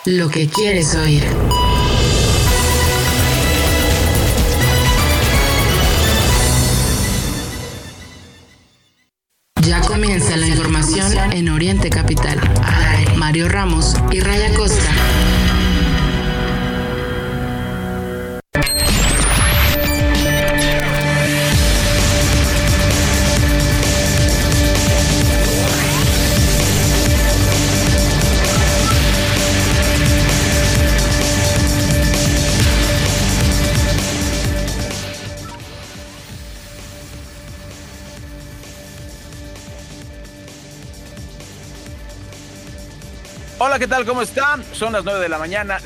Lo que quieres oír. Ya comienza la información en Oriente Capital. Mario Ramos y Raya Costa. Hola, ¿qué tal? ¿Cómo están? Son las 9 de la mañana,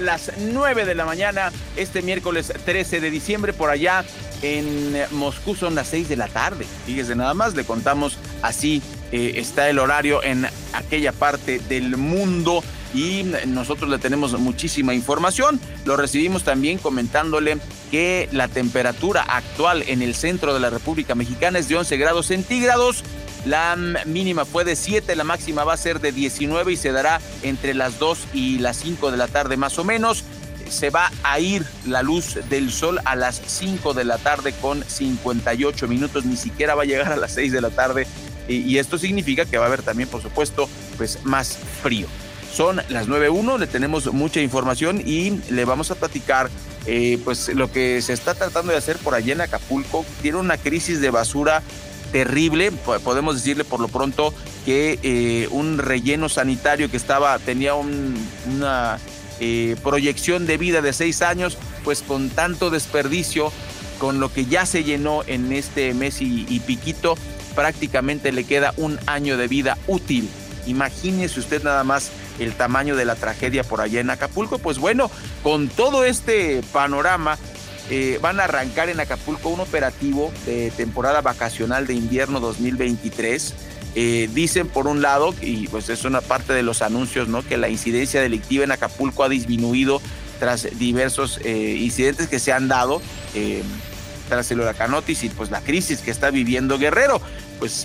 este miércoles 13 de diciembre, por allá en Moscú son las 6 de la tarde. Fíjese nada más, le contamos así está el horario en aquella parte del mundo y nosotros le tenemos muchísima información. Lo recibimos también comentándole que la temperatura actual en el centro de la República Mexicana es de 11 grados centígrados. La mínima fue de 7, la máxima va a ser de 19 y se dará entre las 2 y las 5 de la tarde más o menos. Se va a ir la luz del sol a las 5 de la tarde con 58 minutos, ni siquiera va a llegar a las 6 de la tarde y esto significa que va a haber también, por supuesto, pues más frío. Son las 9:01, le tenemos mucha información y le vamos a platicar pues lo que se está tratando de hacer por allá en Acapulco. Tiene una crisis de basura terrible, podemos decirle por lo pronto que un relleno sanitario que tenía una proyección de vida de 6 años, pues con tanto desperdicio, con lo que ya se llenó en este mes y piquito, prácticamente le queda un año de vida útil. Imagínese usted nada más el tamaño de la tragedia por allá en Acapulco. Pues bueno, con todo este panorama, van a arrancar en Acapulco un operativo de temporada vacacional de invierno 2023. Dicen por un lado, y pues es una parte de los anuncios, ¿no?, que la incidencia delictiva en Acapulco ha disminuido tras diversos incidentes que se han dado tras el huracán Otis y pues la crisis que está viviendo Guerrero. Pues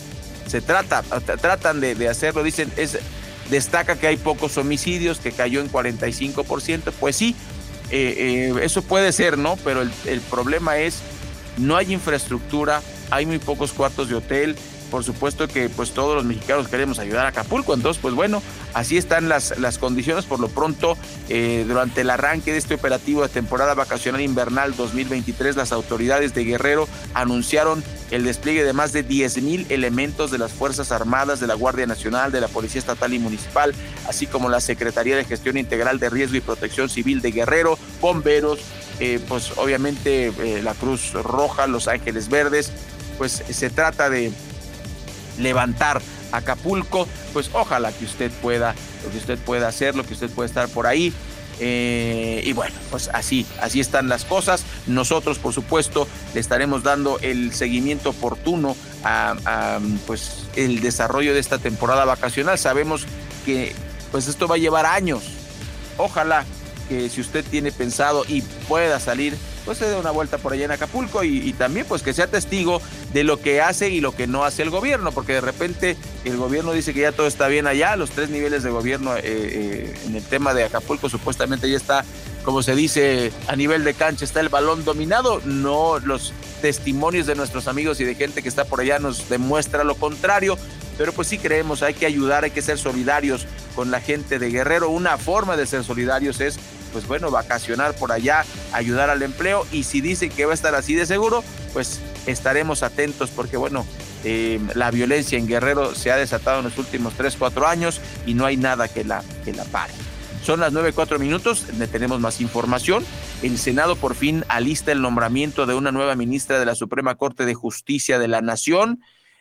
tratan de hacerlo, dicen, destaca que hay pocos homicidios, que cayó en 45%, pues sí. Eso puede ser, ¿no? Pero el problema es, no hay infraestructura, hay muy pocos cuartos de hotel. Por supuesto que pues todos los mexicanos queremos ayudar a Acapulco, entonces pues bueno, así están las condiciones. Por lo pronto, durante el arranque de este operativo de temporada vacacional invernal 2023, las autoridades de Guerrero anunciaron el despliegue de más de 10,000 elementos de las Fuerzas Armadas, de la Guardia Nacional, de la Policía Estatal y Municipal, así como la Secretaría de Gestión Integral de Riesgo y Protección Civil de Guerrero, bomberos, pues obviamente la Cruz Roja, Los Ángeles Verdes. Pues se trata de levantar Acapulco. Pues ojalá que usted pueda hacerlo, que usted pueda estar por ahí. Y bueno, pues así están las cosas. Nosotros, por supuesto, le estaremos dando el seguimiento oportuno a pues el desarrollo de esta temporada vacacional. Sabemos que pues esto va a llevar años. Ojalá que si usted tiene pensado y pueda salir, pues se dé una vuelta por allá en Acapulco y también pues que sea testigo de lo que hace y lo que no hace el gobierno, porque de repente el gobierno dice que ya todo está bien allá, los 3 niveles de gobierno en el tema de Acapulco supuestamente ya está, como se dice, a nivel de cancha está el balón dominado. No, los testimonios de nuestros amigos y de gente que está por allá nos demuestra lo contrario, pero pues sí creemos, hay que ayudar, hay que ser solidarios con la gente de Guerrero. Una forma de ser solidarios es, pues bueno, vacacionar por allá, ayudar al empleo, y si dicen que va a estar así de seguro, pues estaremos atentos, porque bueno, la violencia en Guerrero se ha desatado en los últimos 3-4 años y no hay nada que la pare. Son las 9:04, le tenemos más información. El Senado por fin alista el nombramiento de una nueva ministra de la Suprema Corte de Justicia de la Nación.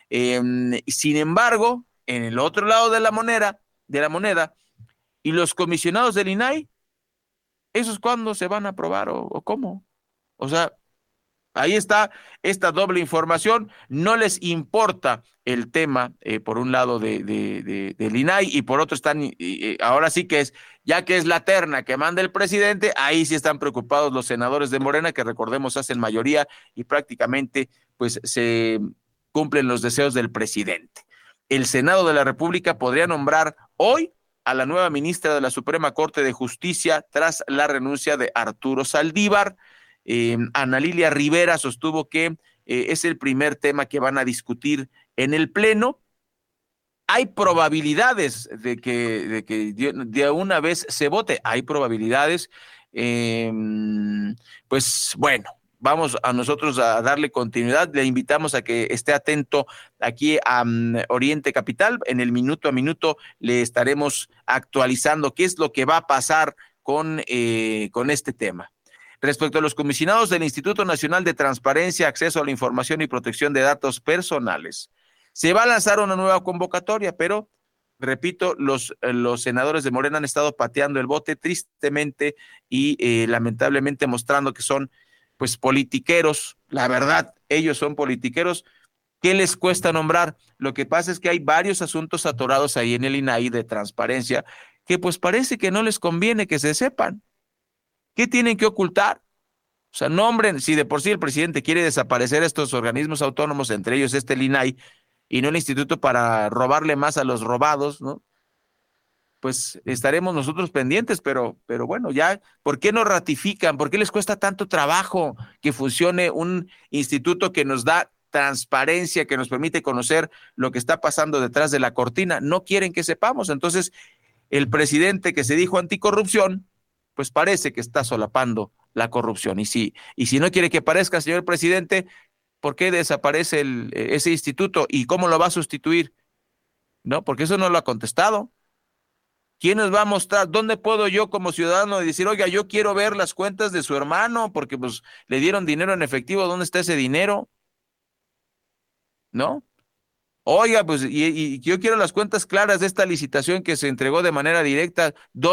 Sin embargo, en el otro lado de la moneda, y los comisionados del INAI, ¿esos cuándo se van a aprobar o cómo? O sea, ahí está esta doble información. No les importa el tema, por un lado, del INAI, y por otro están, ahora sí que es, ya que es la terna que manda el presidente, ahí sí están preocupados los senadores de Morena, que recordemos hacen mayoría y prácticamente pues se cumplen los deseos del presidente. El Senado de la República podría nombrar hoy a la nueva ministra de la Suprema Corte de Justicia tras la renuncia de Arturo Saldívar. Ana Lilia Rivera sostuvo que es el primer tema que van a discutir en el Pleno. Hay probabilidades de que de una vez se vote, hay probabilidades. Pues bueno, vamos a nosotros a darle continuidad. Le invitamos a que esté atento aquí a Oriente Capital. En el minuto a minuto le estaremos actualizando qué es lo que va a pasar con este tema. Respecto a los comisionados del Instituto Nacional de Transparencia, Acceso a la Información y Protección de Datos Personales, se va a lanzar una nueva convocatoria, pero repito, los senadores de Morena han estado pateando el bote tristemente y lamentablemente mostrando que son pues politiqueros. La verdad, ellos son politiqueros. ¿Qué les cuesta nombrar? Lo que pasa es que hay varios asuntos atorados ahí en el INAI de transparencia que pues parece que no les conviene que se sepan. ¿Qué tienen que ocultar? O sea, nombren, si de por sí el presidente quiere desaparecer estos organismos autónomos, entre ellos el INAI, y no el instituto, para robarle más a los robados, ¿no? Pues estaremos nosotros pendientes, pero bueno, ya, ¿por qué no ratifican? ¿Por qué les cuesta tanto trabajo que funcione un instituto que nos da transparencia, que nos permite conocer lo que está pasando detrás de la cortina? No quieren que sepamos. Entonces, el presidente que se dijo anticorrupción, pues parece que está solapando la corrupción. Y si no quiere que aparezca, señor presidente, ¿por qué desaparece ese instituto y cómo lo va a sustituir? ¿No? Porque eso no lo ha contestado. ¿Quién nos va a mostrar? ¿Dónde puedo yo como ciudadano decir, oiga, yo quiero ver las cuentas de su hermano porque pues le dieron dinero en efectivo? ¿Dónde está ese dinero? ¿No? Oiga, pues y yo quiero las cuentas claras de esta licitación que se entregó de manera directa.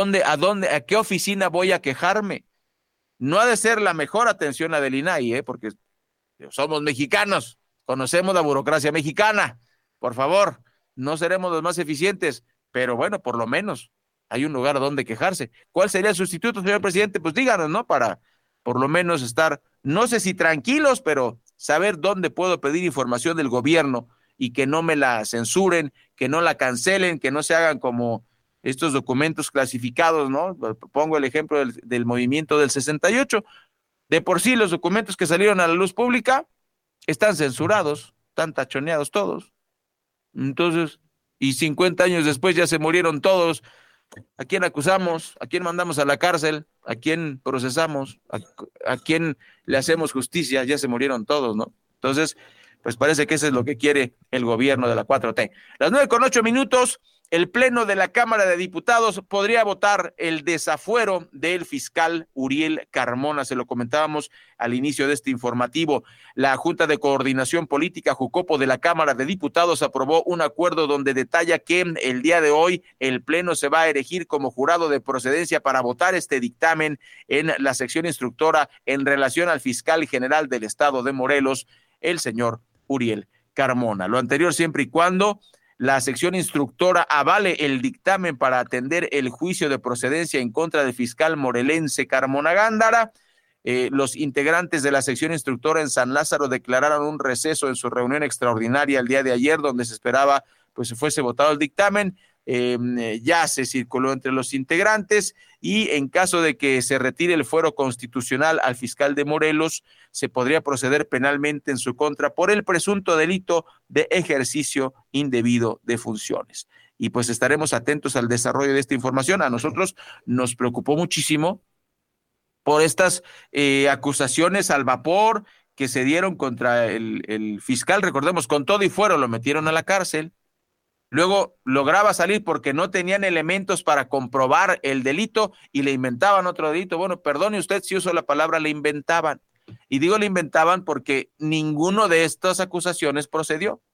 ¿A qué oficina voy a quejarme? No ha de ser la mejor atención la del INAI, porque somos mexicanos, conocemos la burocracia mexicana. Por favor, no seremos los más eficientes, pero bueno, por lo menos hay un lugar donde quejarse. ¿Cuál sería el sustituto, señor presidente? Pues díganos, ¿no? Para por lo menos estar, no sé si tranquilos, pero saber dónde puedo pedir información del gobierno y que no me la censuren, que no la cancelen, que no se hagan como estos documentos clasificados, ¿no? Pongo el ejemplo del movimiento del 68. De por sí los documentos que salieron a la luz pública están censurados, están tachoneados todos. Entonces, y 50 años después ya se murieron todos. ¿A quién acusamos? ¿A quién mandamos a la cárcel? ¿A quién procesamos? ¿A quién le hacemos justicia? Ya se murieron todos, ¿no? Entonces, pues parece que eso es lo que quiere el gobierno de la 4T. Las 9:08, el Pleno de la Cámara de Diputados podría votar el desafuero del fiscal Uriel Carmona. Se lo comentábamos al inicio de este informativo. La Junta de Coordinación Política Jucopo de la Cámara de Diputados aprobó un acuerdo donde detalla que el día de hoy el Pleno se va a erigir como jurado de procedencia para votar este dictamen en la sección instructora en relación al fiscal general del estado de Morelos, el señor Uriel Carmona. Lo anterior siempre y cuando la sección instructora avale el dictamen para atender el juicio de procedencia en contra del fiscal morelense Carmona Gándara. Los integrantes de la sección instructora en San Lázaro declararon un receso en su reunión extraordinaria el día de ayer, donde se esperaba pues fuese votado el dictamen. Ya se circuló entre los integrantes y en caso de que se retire el fuero constitucional al fiscal de Morelos, se podría proceder penalmente en su contra por el presunto delito de ejercicio indebido de funciones. Y pues estaremos atentos al desarrollo de esta información. A nosotros nos preocupó muchísimo por estas acusaciones al vapor que se dieron contra el fiscal. Recordemos, con todo y fuero lo metieron a la cárcel. Luego lograba salir porque no tenían elementos para comprobar el delito y le inventaban otro delito. Bueno, perdone usted si uso la palabra le inventaban. Y digo le inventaban porque ninguno de estas acusaciones procedió.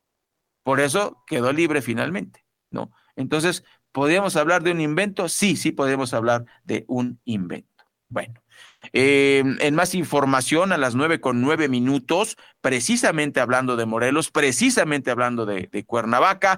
Por eso quedó libre finalmente, ¿no? Entonces, ¿podríamos hablar de un invento? Sí, podemos hablar de un invento. Bueno, en más información, a las 9:09, precisamente hablando de Morelos, precisamente hablando de Cuernavaca,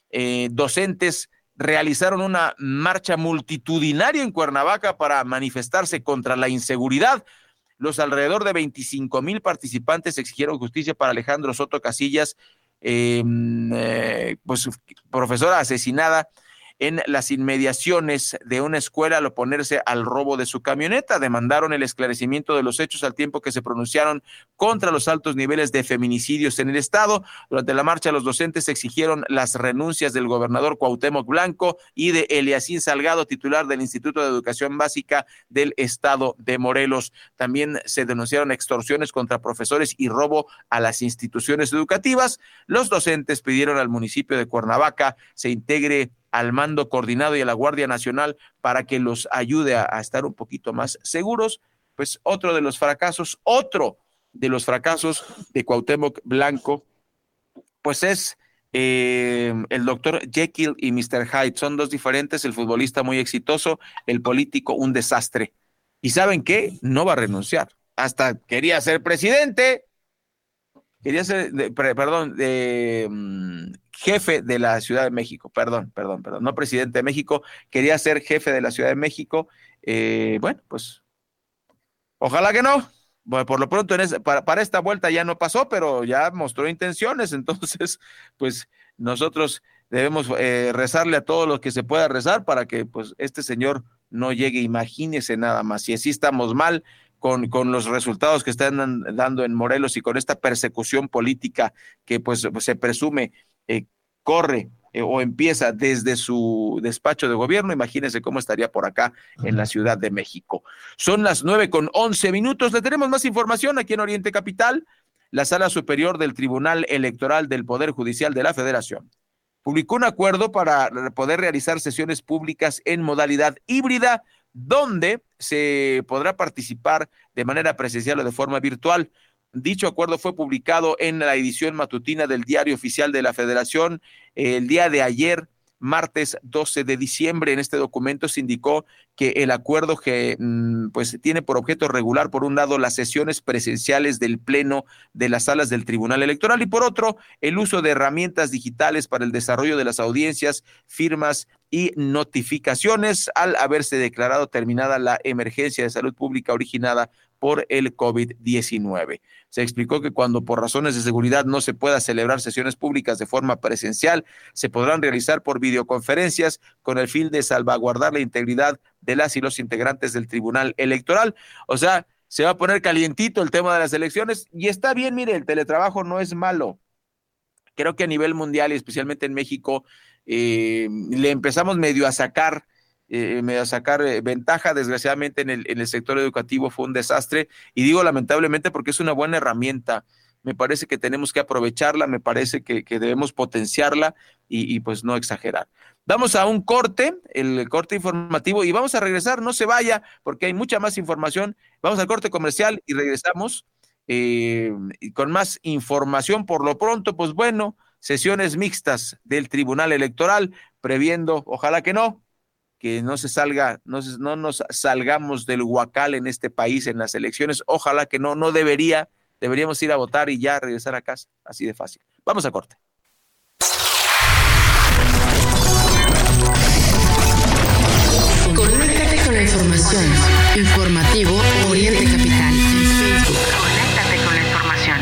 docentes realizaron una marcha multitudinaria en Cuernavaca para manifestarse contra la inseguridad. Los alrededor de 25,000 participantes exigieron justicia para Alejandro Soto Casillas, pues profesora asesinada en las inmediaciones de una escuela al oponerse al robo de su camioneta. Demandaron el esclarecimiento de los hechos al tiempo que se pronunciaron contra los altos niveles de feminicidios en el estado. Durante la marcha, los docentes exigieron las renuncias del gobernador Cuauhtémoc Blanco y de Eliasín Salgado, titular del Instituto de Educación Básica del estado de Morelos. También se denunciaron extorsiones contra profesores y robo a las instituciones educativas. Los docentes pidieron al municipio de Cuernavaca se integre al mando coordinado y a la Guardia Nacional para que los ayude a estar un poquito más seguros. Pues otro de los fracasos de Cuauhtémoc Blanco, pues es el doctor Jekyll y Mr. Hyde. Son dos diferentes, el futbolista muy exitoso, el político un desastre. ¿Y saben qué? No va a renunciar. Hasta quería ser presidente. Quería ser, jefe de la Ciudad de México, perdón, no presidente de México, quería ser jefe de la Ciudad de México. Bueno, pues, ojalá que no. Bueno, por lo pronto para esta vuelta ya no pasó, pero ya mostró intenciones, entonces, pues, nosotros debemos rezarle a todo lo que se pueda rezar para que, pues, este señor no llegue, imagínese nada más, si así estamos mal, con los resultados que están dando en Morelos y con esta persecución política que pues se presume corre o empieza desde su despacho de gobierno, imagínense cómo estaría por acá en la Ciudad de México. Son las 9:11. Le tenemos más información aquí en Oriente Capital. La Sala Superior del Tribunal Electoral del Poder Judicial de la Federación publicó un acuerdo para poder realizar sesiones públicas en modalidad híbrida, donde se podrá participar de manera presencial o de forma virtual. Dicho acuerdo fue publicado en la edición matutina del Diario Oficial de la Federación el día de ayer, martes 12 de diciembre. En este documento se indicó que el acuerdo que pues tiene por objeto regular, por un lado, las sesiones presenciales del Pleno de las salas del Tribunal Electoral y por otro, el uso de herramientas digitales para el desarrollo de las audiencias, firmas y notificaciones, al haberse declarado terminada la emergencia de salud pública originada por el COVID-19. Se explicó que cuando por razones de seguridad no se pueda celebrar sesiones públicas de forma presencial, se podrán realizar por videoconferencias con el fin de salvaguardar la integridad de las y los integrantes del Tribunal Electoral. O sea, se va a poner calientito el tema de las elecciones y está bien, mire, el teletrabajo no es malo. Creo que a nivel mundial y especialmente en México le empezamos medio a sacar ventaja. Desgraciadamente en el sector educativo fue un desastre, y digo lamentablemente porque es una buena herramienta. Me parece que tenemos que aprovecharla, me parece que debemos potenciarla y pues no exagerar. Vamos a un corte, el corte informativo, y vamos a regresar, no se vaya porque hay mucha más información. Vamos al corte comercial y regresamos con más información. Por lo pronto, pues bueno, sesiones mixtas del Tribunal Electoral, previendo, ojalá que no se salga, no nos salgamos del huacal en este país en las elecciones. Ojalá que no deberíamos ir a votar y ya regresar a casa, así de fácil. Vamos a corte. Conéctate con la información. Informativo Oriente Capital en Facebook. Conéctate con la información.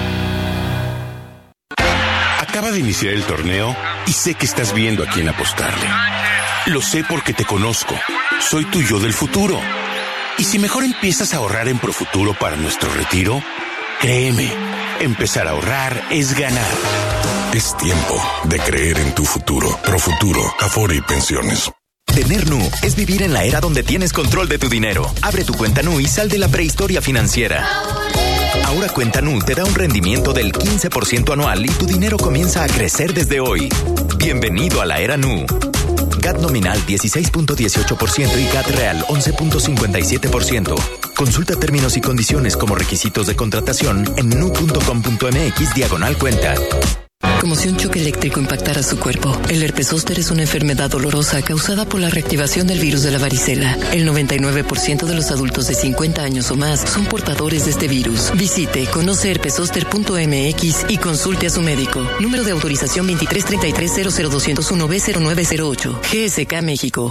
Acaba de iniciar el torneo y sé que estás viendo a quién apostarle. Lo sé porque te conozco. Soy tu yo del futuro. Y si mejor empiezas a ahorrar en Profuturo para nuestro retiro, créeme, empezar a ahorrar es ganar. Es tiempo de creer en tu futuro. Profuturo, Afore y Pensiones. Tener Nu es vivir en la era donde tienes control de tu dinero. Abre tu cuenta Nu y sal de la prehistoria financiera. Ahora Cuenta Nu te da un rendimiento del 15% anual y tu dinero comienza a crecer desde hoy. Bienvenido a la era Nu. GAT nominal 16.18% y GAT real 11.57%. Consulta términos y condiciones como requisitos de contratación en nu.com.mx/cuenta. Como si un choque eléctrico impactara su cuerpo. El herpes zóster es una enfermedad dolorosa causada por la reactivación del virus de la varicela. El 99% de los adultos de 50 años o más son portadores de este virus. Visite conoceherpesoster.mx y consulte a su médico. Número de autorización 2333-00201B0908. GSK México.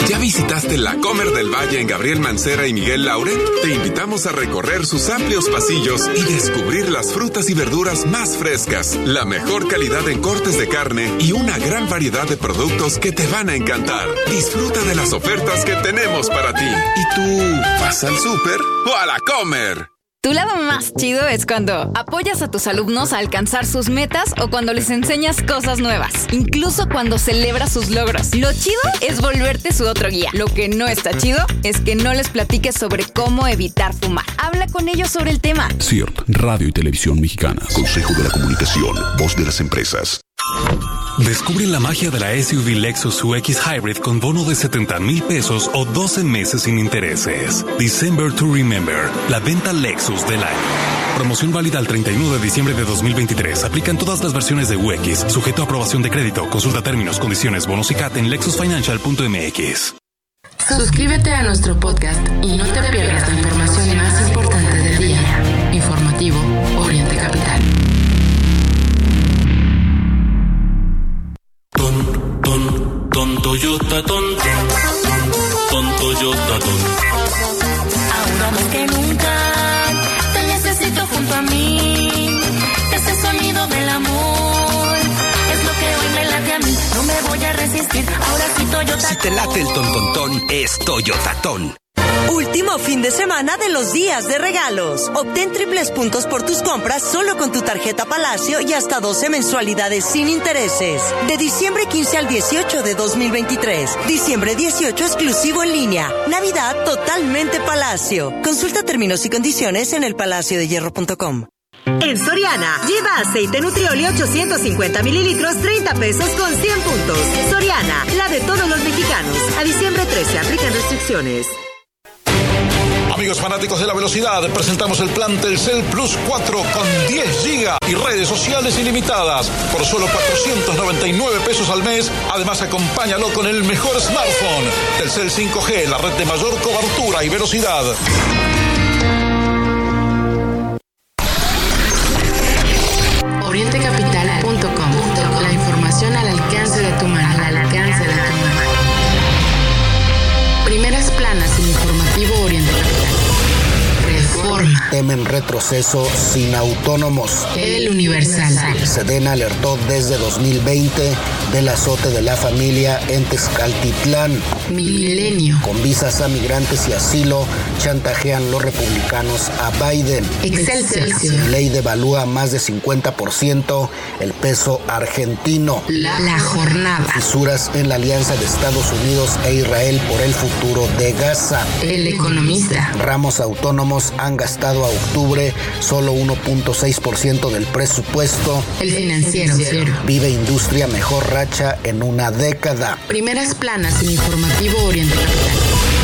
¿Ya visitaste la Comer del Valle en Gabriel Mancera y Miguel Laure? Te invitamos a recorrer sus amplios pasillos y descubrir las frutas y verduras más frescas, la mejor calidad en cortes de carne y una gran variedad de productos que te van a encantar. Disfruta de las ofertas que tenemos para ti. ¿Y tú vas al súper o a la Comer? Tu lado más chido es cuando apoyas a tus alumnos a alcanzar sus metas o cuando les enseñas cosas nuevas, incluso cuando celebras sus logros. Lo chido es volverte su otro guía. Lo que no está chido es que no les platiques sobre cómo evitar fumar. Habla con ellos sobre el tema. CIRT, Radio y Televisión Mexicanas. Consejo de la Comunicación, voz de las empresas. Descubre la magia de la SUV Lexus UX Hybrid con bono de 70,000 pesos o 12 meses sin intereses. December to Remember, la venta Lexus del año. Promoción válida al 31 de diciembre de 2023. Aplican todas las versiones de UX. Sujeto a aprobación de crédito. Consulta términos, condiciones, bonos y CAT en lexusfinancial.mx. Suscríbete a nuestro podcast y no te pierdas la información más importante del día. Informativo Oriente Capital. Toyota, ton Toyota, ahora más que nunca te necesito junto a mí. Ese sonido del amor es lo que hoy me late a mí. No me voy a resistir. Ahora sí Toyota. Si te late el ton, es Toyota Ton. Último fin de semana de los días de regalos. Obtén triples puntos por tus compras solo con tu tarjeta Palacio y hasta 12 mensualidades sin intereses. De diciembre 15 al 18 de 2023. Diciembre 18 exclusivo en línea. Navidad totalmente Palacio. Consulta términos y condiciones en elpalaciodehierro.com. En Soriana, lleva aceite Nutrioli 850 mililitros, 30 pesos con 100 puntos. Soriana, la de todos los mexicanos. A diciembre 13, aplican restricciones. Amigos fanáticos de la velocidad, presentamos el plan Telcel Plus 4 con 10 GB y redes sociales ilimitadas por solo 499 pesos al mes. Además, acompáñalo con el mejor smartphone. Telcel 5G, la red de mayor cobertura y velocidad. Orientecapital.com. La información al alcance de tu mano. Primeras planas en Informativo Oriente Capital. Reforma. Temen retroceso sin autónomos. El Universal. Sedena alertó desde 2020 del azote de la familia en Tezcaltitlán. Milenio. Con visas a migrantes y asilo, chantajean los republicanos a Biden. Excelsior. Ley devalúa más de 50% el peso argentino. La jornada. Fisuras en la alianza de Estados Unidos e Israel por el futuro de Gaza. El Economista. Ramos autónomos han gastado a octubre solo 1.6% del presupuesto. El Financiero. Vive industria mejor racha en una década. Primeras planas en Informativo Oriente Capital.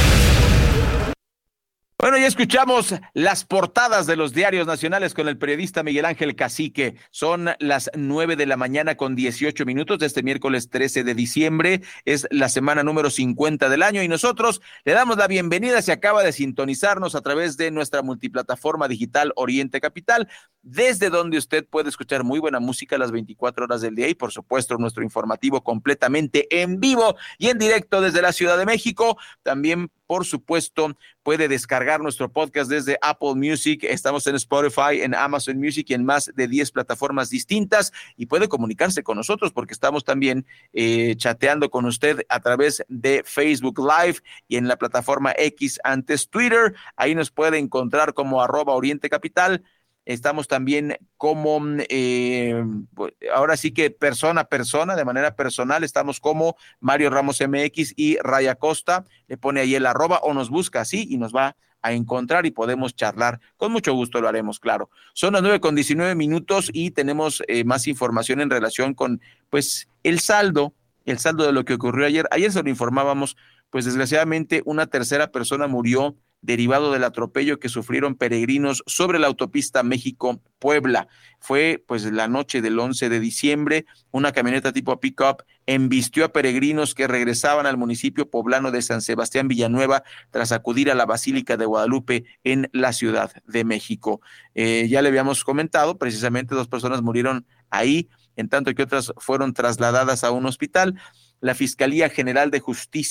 Bueno, ya escuchamos las portadas de los diarios nacionales con el periodista Miguel Ángel Cacique. Son las 9 de la mañana con 18 minutos de este miércoles 13 de diciembre. Es la semana número 50 del año y nosotros le damos la bienvenida. Se acaba de sintonizarnos a través de nuestra multiplataforma digital Oriente Capital, desde donde usted puede escuchar muy buena música a las 24 horas del día y por supuesto nuestro informativo completamente en vivo y en directo desde la Ciudad de México. También, por supuesto, puede descargar nuestro podcast desde Apple Music. Estamos en Spotify, en Amazon Music y en más de 10 plataformas distintas y puede comunicarse con nosotros porque estamos también chateando con usted a través de Facebook Live y en la plataforma X, antes Twitter. Ahí nos puede encontrar como @Oriente Capital. Estamos también como, ahora sí que persona a persona, de manera personal, estamos como Mario Ramos MX y Raya Costa, le pone ahí el @ o nos busca así y nos va a encontrar y podemos charlar. Con mucho gusto lo haremos, claro. Son las 9:19 y tenemos más información en relación con, pues, el saldo de lo que ocurrió ayer. Ayer se lo informábamos, pues desgraciadamente una tercera persona murió derivado del atropello que sufrieron peregrinos sobre la autopista México-Puebla. Fue pues la noche del 11 de diciembre, una camioneta tipo pick-up embistió a peregrinos que regresaban al municipio poblano de San Sebastián Villanueva tras acudir a la Basílica de Guadalupe en la Ciudad de México. Ya le habíamos comentado, precisamente 2 personas murieron ahí, en tanto que otras fueron trasladadas a un hospital. La Fiscalía General de Justicia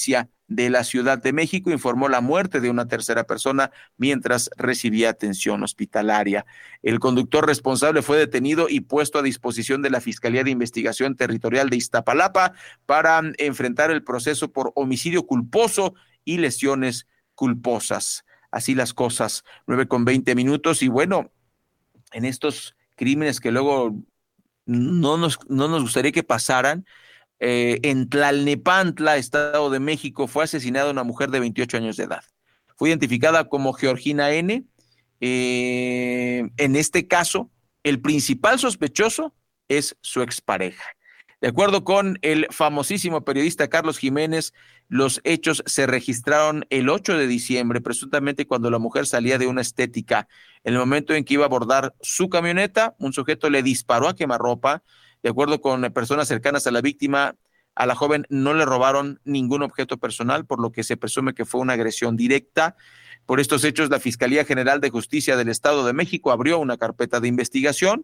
de la Ciudad de México informó la muerte de una tercera persona mientras recibía atención hospitalaria. El conductor responsable fue detenido y puesto a disposición de la Fiscalía de Investigación Territorial de Iztapalapa para enfrentar el proceso por homicidio culposo y lesiones culposas. Así las cosas, 9:20. Y bueno, en estos crímenes que luego no nos gustaría que pasaran, en Tlalnepantla, Estado de México, fue asesinada una mujer de 28 años de edad. Fue identificada como Georgina N. En este caso, el principal sospechoso es su expareja. De acuerdo con el famosísimo periodista Carlos Jiménez, los hechos se registraron el 8 de diciembre, presuntamente cuando la mujer salía de una estética. En el momento en que iba a abordar su camioneta, un sujeto le disparó a quemarropa. De acuerdo con personas cercanas a la víctima, a la joven no le robaron ningún objeto personal, por lo que se presume que fue una agresión directa. Por estos hechos, la Fiscalía General de Justicia del Estado de México abrió una carpeta de investigación.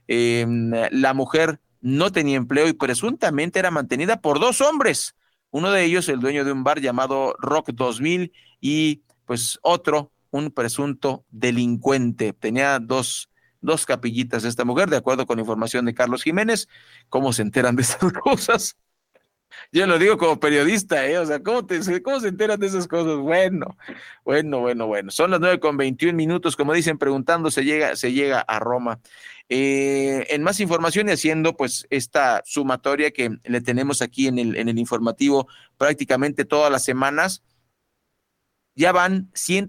La mujer no tenía empleo y presuntamente era mantenida por 2 hombres. Uno de ellos, el dueño de un bar llamado Rock 2000, y pues otro, un presunto delincuente. Tenía dos capillitas esta mujer, de acuerdo con información de Carlos Jiménez. ¿Cómo se enteran de esas cosas? Yo lo digo como periodista, o sea, ¿cómo se enteran de esas cosas? Bueno. Son las 9:21, como dicen, preguntando se llega a Roma. En más información y haciendo pues esta sumatoria que le tenemos aquí en el informativo prácticamente todas las semanas, ya van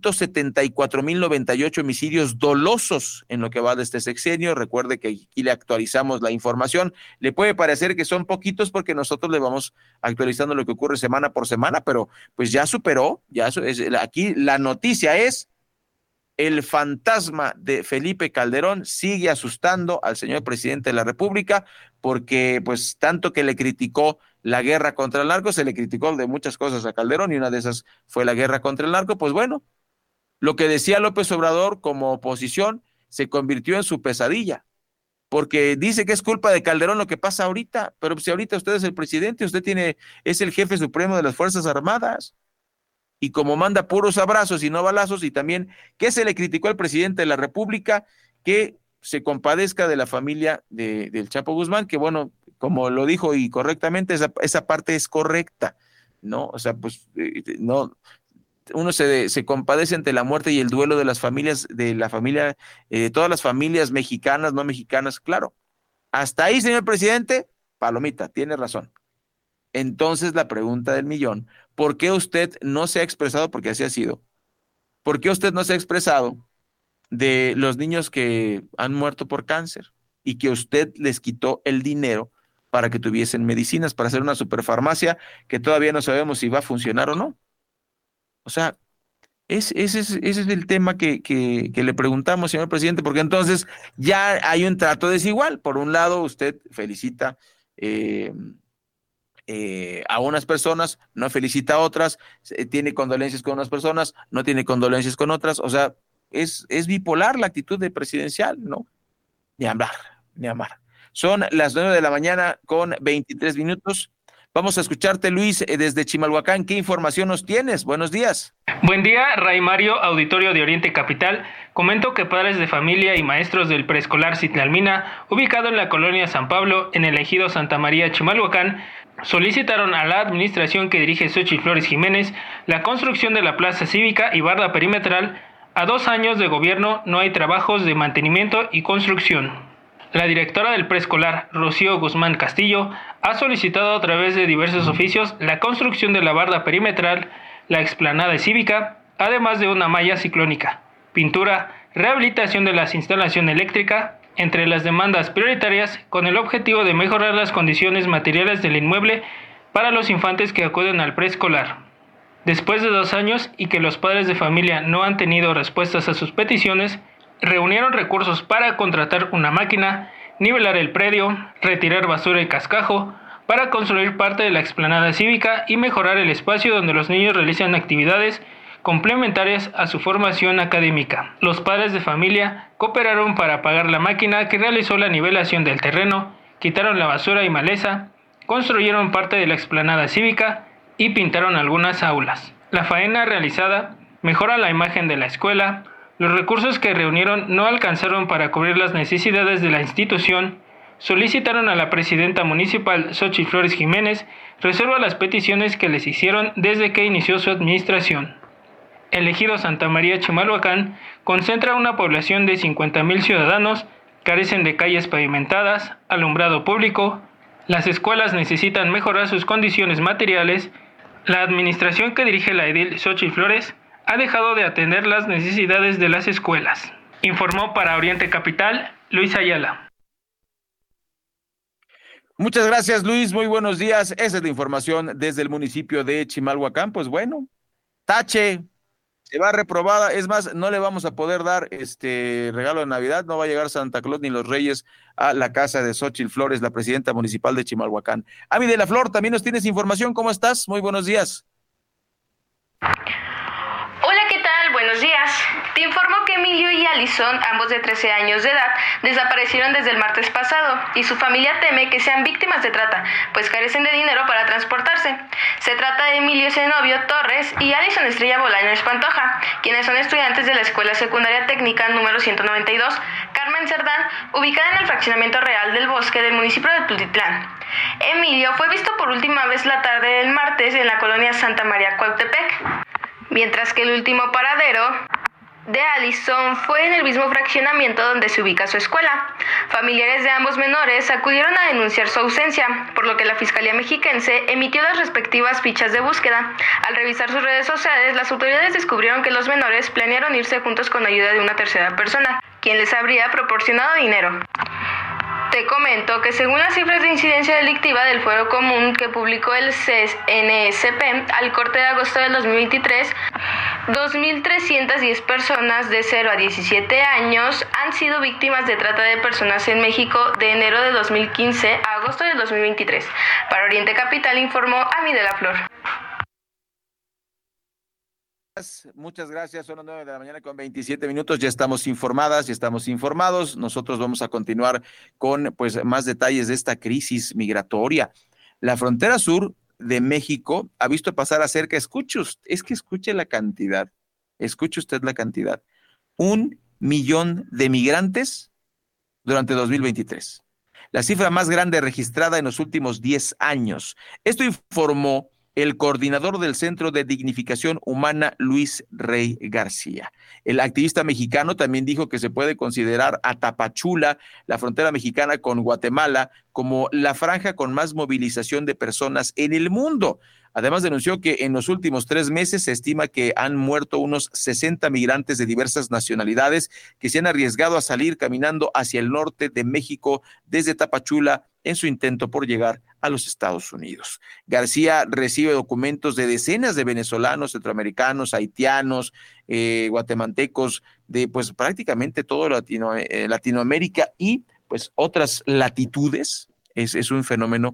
174,098 homicidios dolosos en lo que va de este sexenio. Recuerde que aquí le actualizamos la información. Le puede parecer que son poquitos porque nosotros le vamos actualizando lo que ocurre semana por semana, pero pues ya superó. Aquí la noticia es: el fantasma de Felipe Calderón sigue asustando al señor presidente de la República, porque pues tanto que le criticó la guerra contra el narco, se le criticó de muchas cosas a Calderón y una de esas fue la guerra contra el narco. Pues bueno, lo que decía López Obrador como oposición se convirtió en su pesadilla, porque dice que es culpa de Calderón lo que pasa ahorita, pero si ahorita usted es el presidente, es el jefe supremo de las Fuerzas Armadas, y como manda puros abrazos y no balazos. Y también que se le criticó al presidente de la República que se compadezca de la familia del Chapo Guzmán, que bueno, como lo dijo y correctamente, esa parte es correcta, ¿no? O sea, pues no, uno se compadece ante la muerte y el duelo de las familias, todas las familias mexicanas, no mexicanas, claro. Hasta ahí, señor presidente, palomita, tiene razón. Entonces la pregunta del millón: ¿por qué usted no se ha expresado? Porque así ha sido. ¿Por qué usted no se ha expresado de los niños que han muerto por cáncer y que usted les quitó el dinero para que tuviesen medicinas, para hacer una superfarmacia que todavía no sabemos si va a funcionar o no? O sea, ese es el tema que le preguntamos, señor presidente, porque entonces ya hay un trato desigual. Por un lado, usted felicita a unas personas, no felicita a otras, tiene condolencias con unas personas, no tiene condolencias con otras. O sea, es bipolar la actitud de presidencial, ¿no? Ni hablar. Son las 9:23. Vamos a escucharte, Luis, desde Chimalhuacán. ¿Qué información nos tienes? Buenos días. Buen día, Ray Mario, auditorio de Oriente Capital. Comento que padres de familia y maestros del preescolar Citlalmina, ubicado en la colonia San Pablo, en el ejido Santa María, Chimalhuacán, solicitaron a la administración que dirige Xochitl Flores Jiménez la construcción de la plaza cívica y barda perimetral. A 2 años de gobierno no hay trabajos de mantenimiento y construcción. La directora del preescolar, Rocío Guzmán Castillo, ha solicitado a través de diversos oficios la construcción de la barda perimetral, la explanada cívica, además de una malla ciclónica, pintura, rehabilitación de la instalación eléctrica, entre las demandas prioritarias, con el objetivo de mejorar las condiciones materiales del inmueble para los infantes que acuden al preescolar. Después de 2 años y que los padres de familia no han tenido respuestas a sus peticiones, reunieron recursos para contratar una máquina, nivelar el predio, retirar basura y cascajo, para construir parte de la explanada cívica y mejorar el espacio donde los niños realizan actividades complementarias a su formación académica. Los padres de familia cooperaron para pagar la máquina que realizó la nivelación del terreno, quitaron la basura y maleza, construyeron parte de la explanada cívica, y pintaron algunas aulas. La faena realizada mejora la imagen de la escuela. Los recursos que reunieron no alcanzaron para cubrir las necesidades de la institución. Solicitaron a la presidenta municipal, Xóchitl Flores Jiménez, resuelva las peticiones que les hicieron desde que inició su administración. El ejido Santa María Chimalhuacán concentra una población de 50,000 ciudadanos, carecen de calles pavimentadas, alumbrado público, las escuelas necesitan mejorar sus condiciones materiales. La administración que dirige la edil Xóchitl Flores ha dejado de atender las necesidades de las escuelas. Informó para Oriente Capital, Luis Ayala. Muchas gracias, Luis. Muy buenos días. Esa es la información desde el municipio de Chimalhuacán. Pues bueno, tache, se va reprobada. Es más, no le vamos a poder dar regalo de Navidad. No va a llegar Santa Claus ni los Reyes a la casa de Xóchitl Flores, la presidenta municipal de Chimalhuacán. Ami de la Flor, también nos tienes información. ¿Cómo estás? Muy buenos días. Hola, ¿qué tal? Buenos días. Te informo que Emilio y Alison, ambos de 13 años de edad, desaparecieron desde el martes pasado y su familia teme que sean víctimas de trata, pues carecen de dinero para transportarse. Se trata de Emilio Zenobio Torres y Alison Estrella Bolaños Pantoja, quienes son estudiantes de la Escuela Secundaria Técnica número 192, Carmen Cerdán, ubicada en el fraccionamiento Real del Bosque del municipio de Tultitlán. Emilio fue visto por última vez la tarde del martes en la colonia Santa María Cuautepec, mientras que el último paradero de Alison fue en el mismo fraccionamiento donde se ubica su escuela. Familiares de ambos menores acudieron a denunciar su ausencia, por lo que la Fiscalía Mexiquense emitió las respectivas fichas de búsqueda. Al revisar sus redes sociales, las autoridades descubrieron que los menores planearon irse juntos con ayuda de una tercera persona, quien les habría proporcionado dinero. Te comento que según las cifras de incidencia delictiva del Fuero Común que publicó el CES-NSP al corte de agosto del 2023, 2.310 personas de 0 a 17 años han sido víctimas de trata de personas en México de enero de 2015 a agosto del 2023. Para Oriente Capital informó Ami de la Flor. Muchas gracias, son las 9 de la mañana con 27 minutos, ya estamos informadas, ya estamos informados. Nosotros vamos a continuar con más detalles de esta crisis migratoria. La frontera sur de México ha visto pasar a cerca, escuche la cantidad, escuche usted la cantidad, 1 millón de migrantes durante 2023. La cifra más grande registrada en los últimos 10 años. Esto informó el coordinador del Centro de Dignificación Humana, Luis Rey García. El activista mexicano también dijo que se puede considerar a Tapachula, la frontera mexicana con Guatemala, como la franja con más movilización de personas en el mundo. Además, denunció que en los últimos 3 meses se estima que han muerto unos 60 migrantes de diversas nacionalidades que se han arriesgado a salir caminando hacia el norte de México desde Tapachula en su intento por llegar a los Estados Unidos. García recibe documentos de decenas de venezolanos, centroamericanos, haitianos, guatemaltecos, de prácticamente todo Latinoamérica y otras latitudes. Es un fenómeno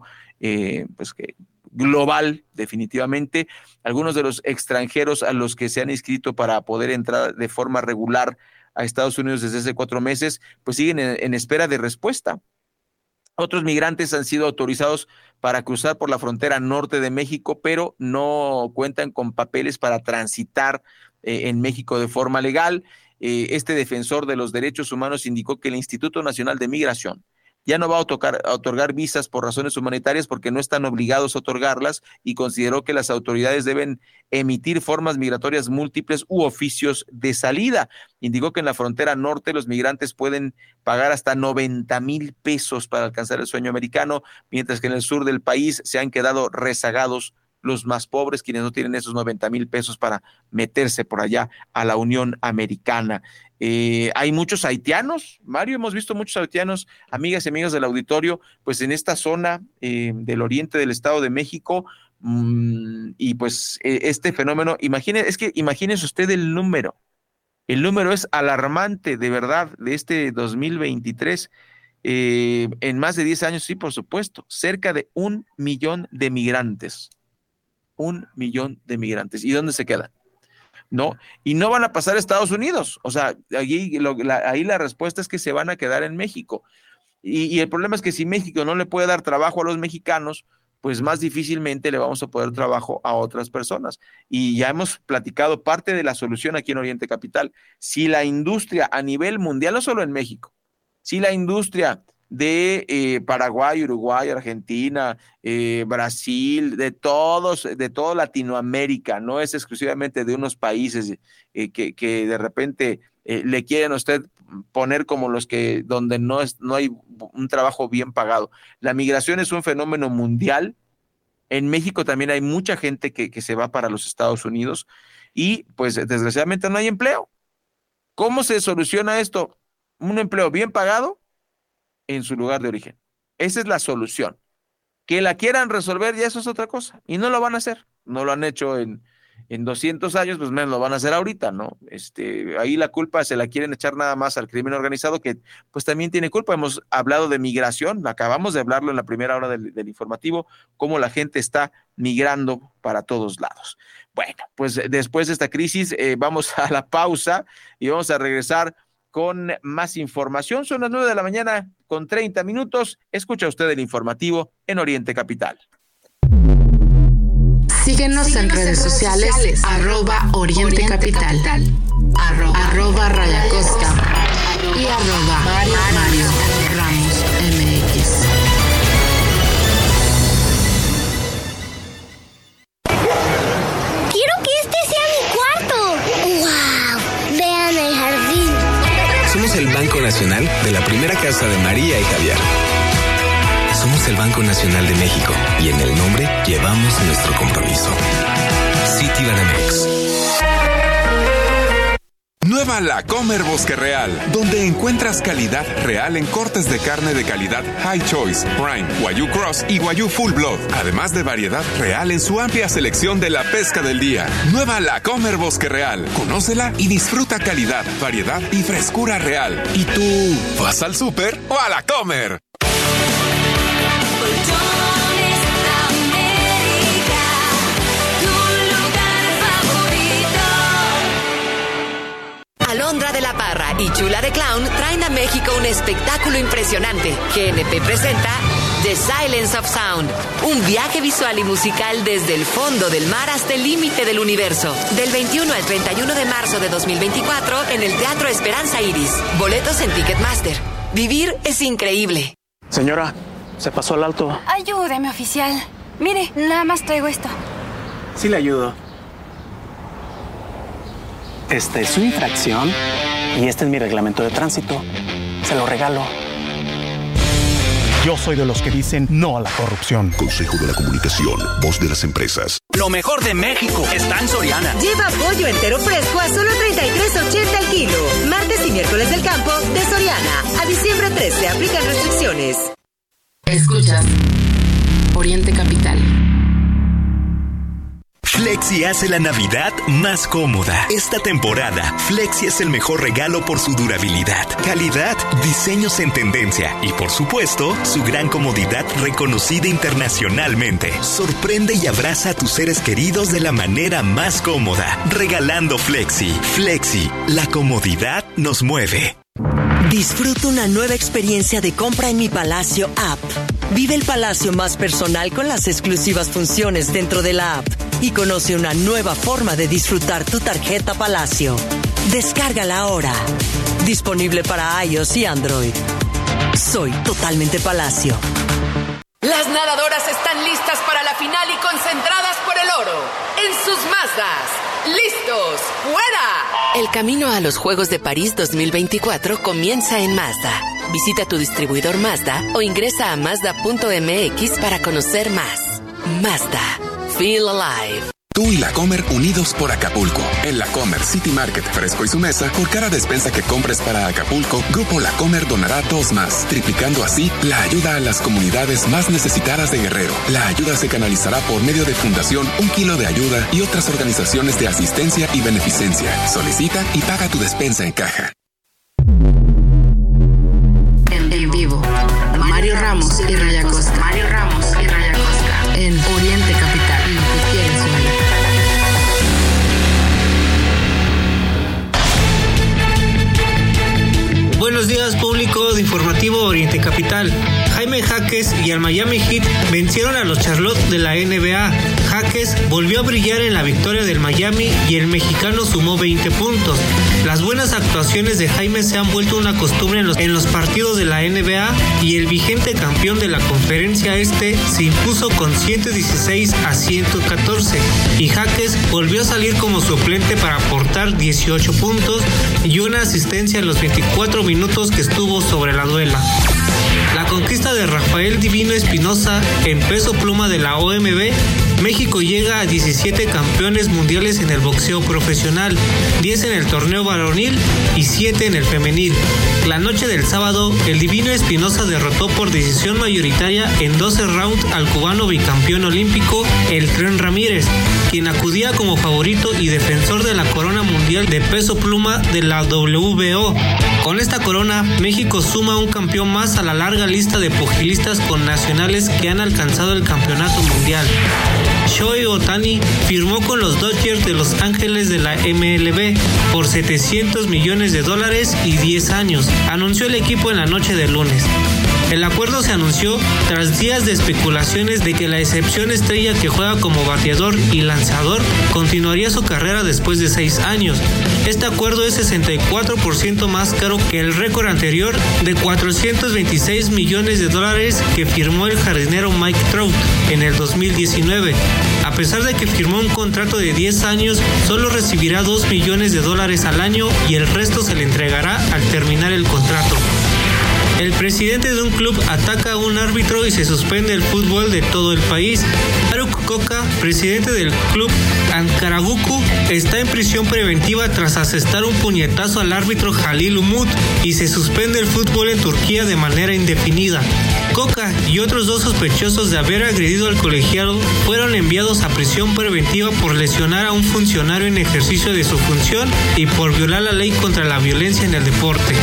global, definitivamente. Algunos de los extranjeros a los que se han inscrito para poder entrar de forma regular a Estados Unidos desde hace 4 meses, siguen en espera de respuesta. Otros migrantes han sido autorizados para cruzar por la frontera norte de México, pero no cuentan con papeles para transitar en México de forma legal. Este defensor de los derechos humanos indicó que el Instituto Nacional de Migración ya no va a otorgar visas por razones humanitarias porque no están obligados a otorgarlas, y consideró que las autoridades deben emitir formas migratorias múltiples u oficios de salida. Indicó que en la frontera norte los migrantes pueden pagar hasta 90,000 pesos para alcanzar el sueño americano, mientras que en el sur del país se han quedado rezagados los más pobres, quienes no tienen esos 90,000 pesos para meterse por allá a la Unión Americana. Hay muchos haitianos, Mario, hemos visto muchos haitianos, amigas y amigos del auditorio, en esta zona del oriente del Estado de México, y este fenómeno, imagínese usted el número es alarmante, de verdad, de este 2023, en más de 10 años, sí, por supuesto, cerca de 1 millón de migrantes. 1 millón de migrantes. ¿Y dónde se quedan? No, y no van a pasar a Estados Unidos. O sea, ahí la respuesta es que se van a quedar en México. Y el problema es que si México no le puede dar trabajo a los mexicanos, pues más difícilmente le vamos a poder trabajo a otras personas. Y ya hemos platicado parte de la solución aquí en Oriente Capital. Si la industria a nivel mundial, no solo en México, si la industria de Paraguay, Uruguay, Argentina, Brasil, de toda Latinoamérica, no es exclusivamente de unos países que de repente le quieren a usted poner como los que donde no hay un trabajo bien pagado. La migración es un fenómeno mundial. En México también hay mucha gente que se va para los Estados Unidos y pues desgraciadamente no hay empleo. ¿Cómo se soluciona esto? Un empleo bien pagado en su lugar de origen. Esa es la solución. Que la quieran resolver, ya eso es otra cosa. Y no lo van a hacer. No lo han hecho en 200 años, pues menos lo van a hacer ahorita, ¿no? Ahí la culpa se la quieren echar nada más al crimen organizado, que pues también tiene culpa. Hemos hablado de migración, acabamos de hablarlo en la primera hora del informativo, cómo la gente está migrando para todos lados. Bueno, pues después de esta crisis vamos a la pausa y vamos a regresar con más información. Son las 9:30 a.m. Escucha usted el informativo en Oriente Capital. Síguenos en redes sociales, @Oriente Capital, @Rayacosta y @Mario Ramos MX. Quiero que este sea mi cuarto. ¡Wow! Vean el jardín. Somos el Banco Nacional de la primera casa de María y Javier. Somos el Banco Nacional de México y en el nombre llevamos nuestro compromiso. Citibanamex. Nueva La Comer Bosque Real, donde encuentras calidad real en cortes de carne de calidad High Choice, Prime, Wagyu Cross y Wagyu Full Blood, además de variedad real en su amplia selección de la pesca del día. Nueva La Comer Bosque Real, conócela y disfruta calidad, variedad y frescura real. ¿Y tú vas al súper o a La Comer? Alondra de la Parra y Chula de Clown traen a México un espectáculo impresionante. GNP presenta The Silence of Sound, un viaje visual y musical desde el fondo del mar hasta el límite del universo. Del 21 al 31 de marzo de 2024 en el Teatro Esperanza Iris. Boletos en Ticketmaster. Vivir es increíble. Señora, se pasó al alto. Ayúdeme, oficial. Mire, nada más traigo esto. Sí le ayudo. Esta es su infracción y este es mi reglamento de tránsito. Se lo regalo. Yo soy de los que dicen no a la corrupción. Consejo de la Comunicación, voz de las empresas. Lo mejor de México está en Soriana. Lleva pollo entero fresco a solo $33.80 el kilo. Martes y miércoles del campo de Soriana. A diciembre 13 aplican restricciones. Escuchas Oriente Capital. Flexi hace la Navidad más cómoda. Esta temporada, Flexi es el mejor regalo por su durabilidad, calidad, diseños en tendencia y, por supuesto, su gran comodidad reconocida internacionalmente. Sorprende y abraza a tus seres queridos de la manera más cómoda. Regalando Flexi. Flexi, la comodidad nos mueve. Disfruta una nueva experiencia de compra en Mi Palacio App. Vive el Palacio más personal con las exclusivas funciones dentro de la app y conoce una nueva forma de disfrutar tu tarjeta Palacio. Descárgala ahora. Disponible para iOS y Android. Soy totalmente Palacio. Las nadadoras están listas para la final y concentradas por el oro. En sus Mazdas. ¡Listos! ¡Fuera! El camino a los Juegos de París 2024 comienza en Mazda. Visita tu distribuidor Mazda o ingresa a Mazda.mx para conocer más. Mazda. Feel alive. Tú y La Comer unidos por Acapulco. En La Comer City Market, Fresco y su mesa, por cada despensa que compres para Acapulco, Grupo La Comer donará 2 más, triplicando así la ayuda a las comunidades más necesitadas de Guerrero. La ayuda se canalizará por medio de Fundación Un Kilo de Ayuda y otras organizaciones de asistencia y beneficencia. Solicita y paga tu despensa en caja. En vivo, Mario Ramos y Raya Costa. Mario Ramos y Raya Costa. En Oriente Capital. Lo que quieres oír. Buenos días, público de Informativo Oriente Capital. Jaime Jaime Jaques y al Miami Heat vencieron a los Charlotte de la NBA. Jaques volvió a brillar en la victoria del Miami y el mexicano sumó 20 puntos. Las buenas actuaciones de Jaime se han vuelto una costumbre en los partidos de la NBA y el vigente campeón de la Conferencia Este se impuso con 116-114 y Jaques volvió a salir como suplente para aportar 18 puntos y una asistencia en los 24 minutos que estuvo sobre la duela. La conquista de Rafael Divino Espinosa en peso pluma de la OMB. México llega a 17 campeones mundiales en el boxeo profesional, 10 en el torneo varonil y 7 en el femenil. La noche del sábado, el Divino Espinosa derrotó por decisión mayoritaria en 12 rounds al cubano bicampeón olímpico, el Tren Ramírez, quien acudía como favorito y defensor de la corona mundial de peso pluma de la WBO. Con esta corona, México suma un campeón más a la larga lista de pugilistas con nacionales que han alcanzado el campeonato mundial. Shohei Ohtani firmó con los Dodgers de Los Ángeles de la MLB por $700 millones y 10 años, anunció el equipo en la noche del lunes. El acuerdo se anunció tras días de especulaciones de que la excepción estrella que juega como bateador y lanzador continuaría su carrera después de 6 años. Este acuerdo es 64% más caro que el récord anterior de $426 millones que firmó el jardinero Mike Trout en el 2019. A pesar de que firmó un contrato de 10 años, solo recibirá $2 millones al año y el resto se le entregará al terminar el contrato. El presidente de un club ataca a un árbitro y se suspende el fútbol de todo el país. Faruk Koka, presidente del club Ankaragucu, está en prisión preventiva tras asestar un puñetazo al árbitro Halil Umut y se suspende el fútbol en Turquía de manera indefinida. Koka y otros 2 sospechosos de haber agredido al colegiado fueron enviados a prisión preventiva por lesionar a un funcionario en ejercicio de su función y por violar la ley contra la violencia en el deporte.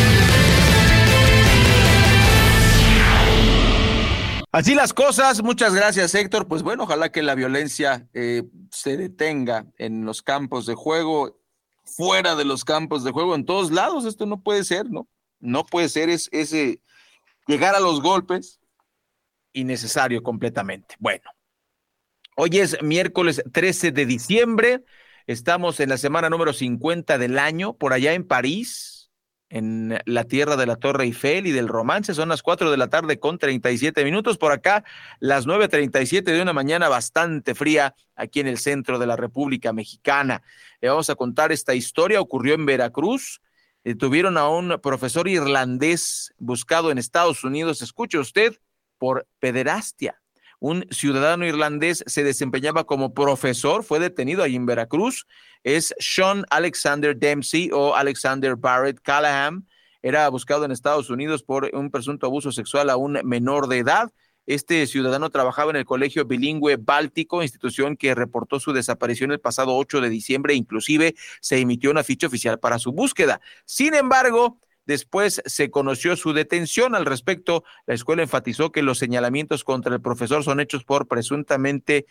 Así las cosas, muchas gracias Héctor, pues bueno, ojalá que la violencia se detenga en los campos de juego, fuera de los campos de juego, en todos lados. Esto no puede ser, ¿no? No puede ser ese llegar a los golpes, innecesario completamente. Bueno, hoy es miércoles 13 de diciembre, estamos en la semana número 50 del año, por allá en París, en la tierra de la Torre Eiffel y del romance, son las 4 de la tarde con 37 minutos, por acá las 9:37 de una mañana bastante fría aquí en el centro de la República Mexicana. Le vamos a contar esta historia, ocurrió en Veracruz. Detuvieron a un profesor irlandés buscado en Estados Unidos, escuche usted, por pederastia. Un ciudadano irlandés se desempeñaba como profesor, fue detenido ahí en Veracruz. Es Sean Alexander Dempsey o Alexander Barrett Callahan. Era buscado en Estados Unidos por un presunto abuso sexual a un menor de edad. Este ciudadano trabajaba en el Colegio Bilingüe Báltico, institución que reportó su desaparición el pasado 8 de diciembre. Inclusive se emitió una ficha oficial para su búsqueda. Sin embargo, después se conoció su detención. Al respecto, la escuela enfatizó que los señalamientos contra el profesor son hechos por presuntamente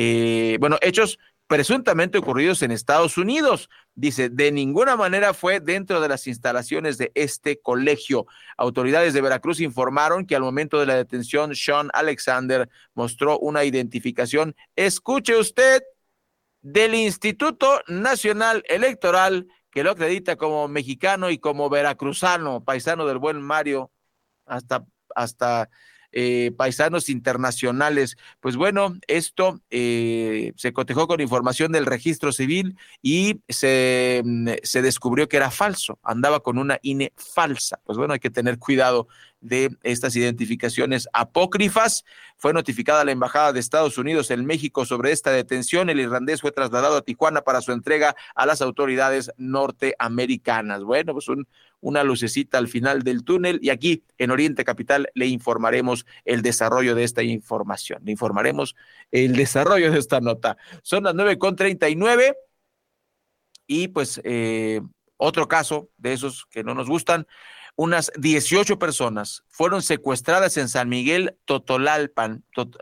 ocurridos en Estados Unidos. Dice, de ninguna manera fue dentro de las instalaciones de este colegio. Autoridades de Veracruz informaron que al momento de la detención, Sean Alexander mostró una identificación, escuche usted, del Instituto Nacional Electoral, que lo acredita como mexicano y como veracruzano, paisano del buen Mario, hasta paisanos internacionales. Pues bueno, esto se cotejó con información del registro civil y se descubrió que era falso, andaba con una INE falsa. Pues bueno, hay que tener cuidado de estas identificaciones apócrifas. Fue notificada la Embajada de Estados Unidos en México sobre esta detención. El irlandés fue trasladado a Tijuana para su entrega a las autoridades norteamericanas. Bueno, pues una lucecita al final del túnel, y aquí en Oriente Capital le informaremos el desarrollo de esta información, le informaremos el desarrollo de esta nota. Son las 9:39 y pues otro caso de esos que no nos gustan. Unas 18 personas fueron secuestradas en San Miguel Totolapan,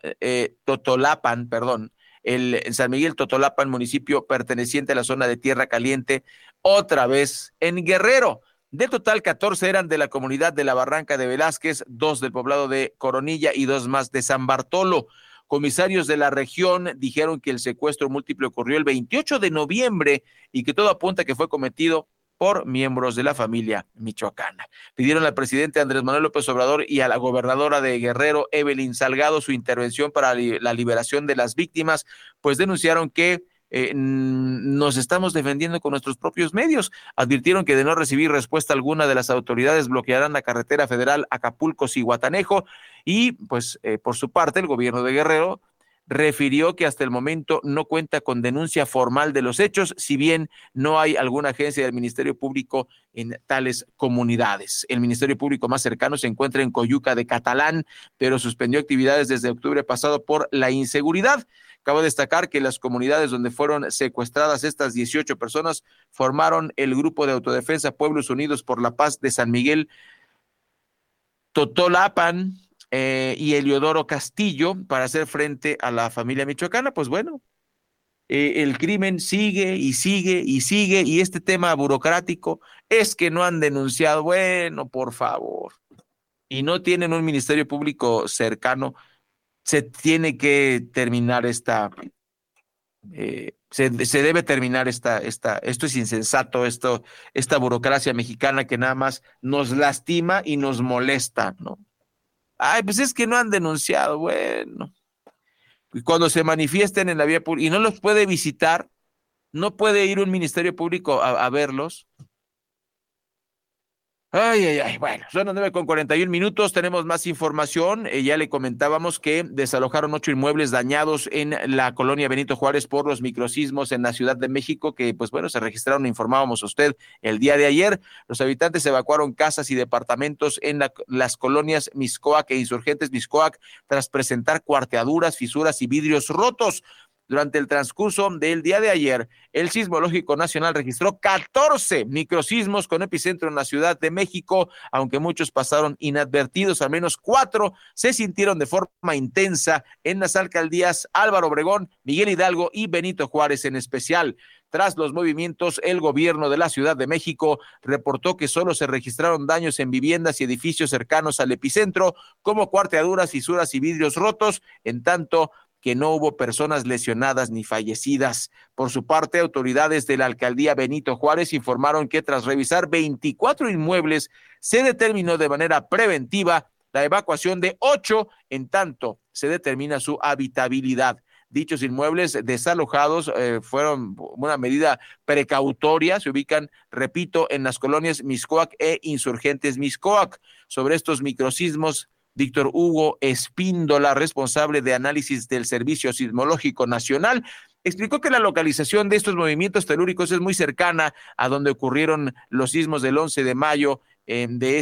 en San Miguel Totolapan, municipio perteneciente a la zona de Tierra Caliente, otra vez en Guerrero. De total, 14 eran de la comunidad de la Barranca de Velázquez, 2 del poblado de Coronilla y 2 más de San Bartolo. Comisarios de la región dijeron que el secuestro múltiple ocurrió el 28 de noviembre y que todo apunta a que fue cometido por miembros de la familia michoacana. Pidieron al presidente Andrés Manuel López Obrador y a la gobernadora de Guerrero, Evelyn Salgado, su intervención para la liberación de las víctimas, pues denunciaron que nos estamos defendiendo con nuestros propios medios. Advirtieron que de no recibir respuesta alguna de las autoridades bloquearán la carretera federal Acapulco-Zihuatanejo y pues por su parte el gobierno de Guerrero refirió que hasta el momento no cuenta con denuncia formal de los hechos, si bien no hay alguna agencia del Ministerio Público en tales comunidades. El Ministerio Público más cercano se encuentra en Coyuca de Catalán, pero suspendió actividades desde octubre pasado por la inseguridad. Cabe destacar que las comunidades donde fueron secuestradas estas 18 personas formaron el grupo de autodefensa Pueblos Unidos por la Paz de San Miguel, Totolapan y Heliodoro Castillo para hacer frente a la familia michoacana. Pues bueno, el crimen sigue y sigue y sigue y este tema burocrático es que no han denunciado. Bueno, por favor, y no tienen un Ministerio Público cercano. Se tiene que terminar se debe terminar esto es insensato, esta burocracia mexicana que nada más nos lastima y nos molesta, ¿no? Ay, pues es que no han denunciado, bueno. Y cuando se manifiesten en la vía pública y no los puede visitar, no puede ir un Ministerio Público a verlos. Ay, bueno, son las 9:41, tenemos más información, ya le comentábamos que desalojaron 8 inmuebles dañados en la colonia Benito Juárez por los microsismos en la Ciudad de México, que pues bueno, se registraron, informábamos a usted el día de ayer. Los habitantes evacuaron casas y departamentos en las colonias Mixcoac e Insurgentes Mixcoac tras presentar cuarteaduras, fisuras y vidrios rotos. Durante el transcurso del día de ayer, el Sismológico Nacional registró 14 microsismos con epicentro en la Ciudad de México, aunque muchos pasaron inadvertidos, al menos 4 se sintieron de forma intensa en las alcaldías Álvaro Obregón, Miguel Hidalgo y Benito Juárez en especial. Tras los movimientos, el gobierno de la Ciudad de México reportó que solo se registraron daños en viviendas y edificios cercanos al epicentro, como cuarteaduras, fisuras y vidrios rotos, en tanto que no hubo personas lesionadas ni fallecidas. Por su parte, autoridades de la alcaldía Benito Juárez informaron que tras revisar 24 inmuebles, se determinó de manera preventiva la evacuación de 8, en tanto se determina su habitabilidad. Dichos inmuebles desalojados fueron una medida precautoria, se ubican, repito, en las colonias Mixcoac e Insurgentes Mixcoac. Sobre estos microsismos, Víctor Hugo Espíndola, responsable de análisis del Servicio Sismológico Nacional, explicó que la localización de estos movimientos telúricos es muy cercana a donde ocurrieron los sismos del 11 de mayo de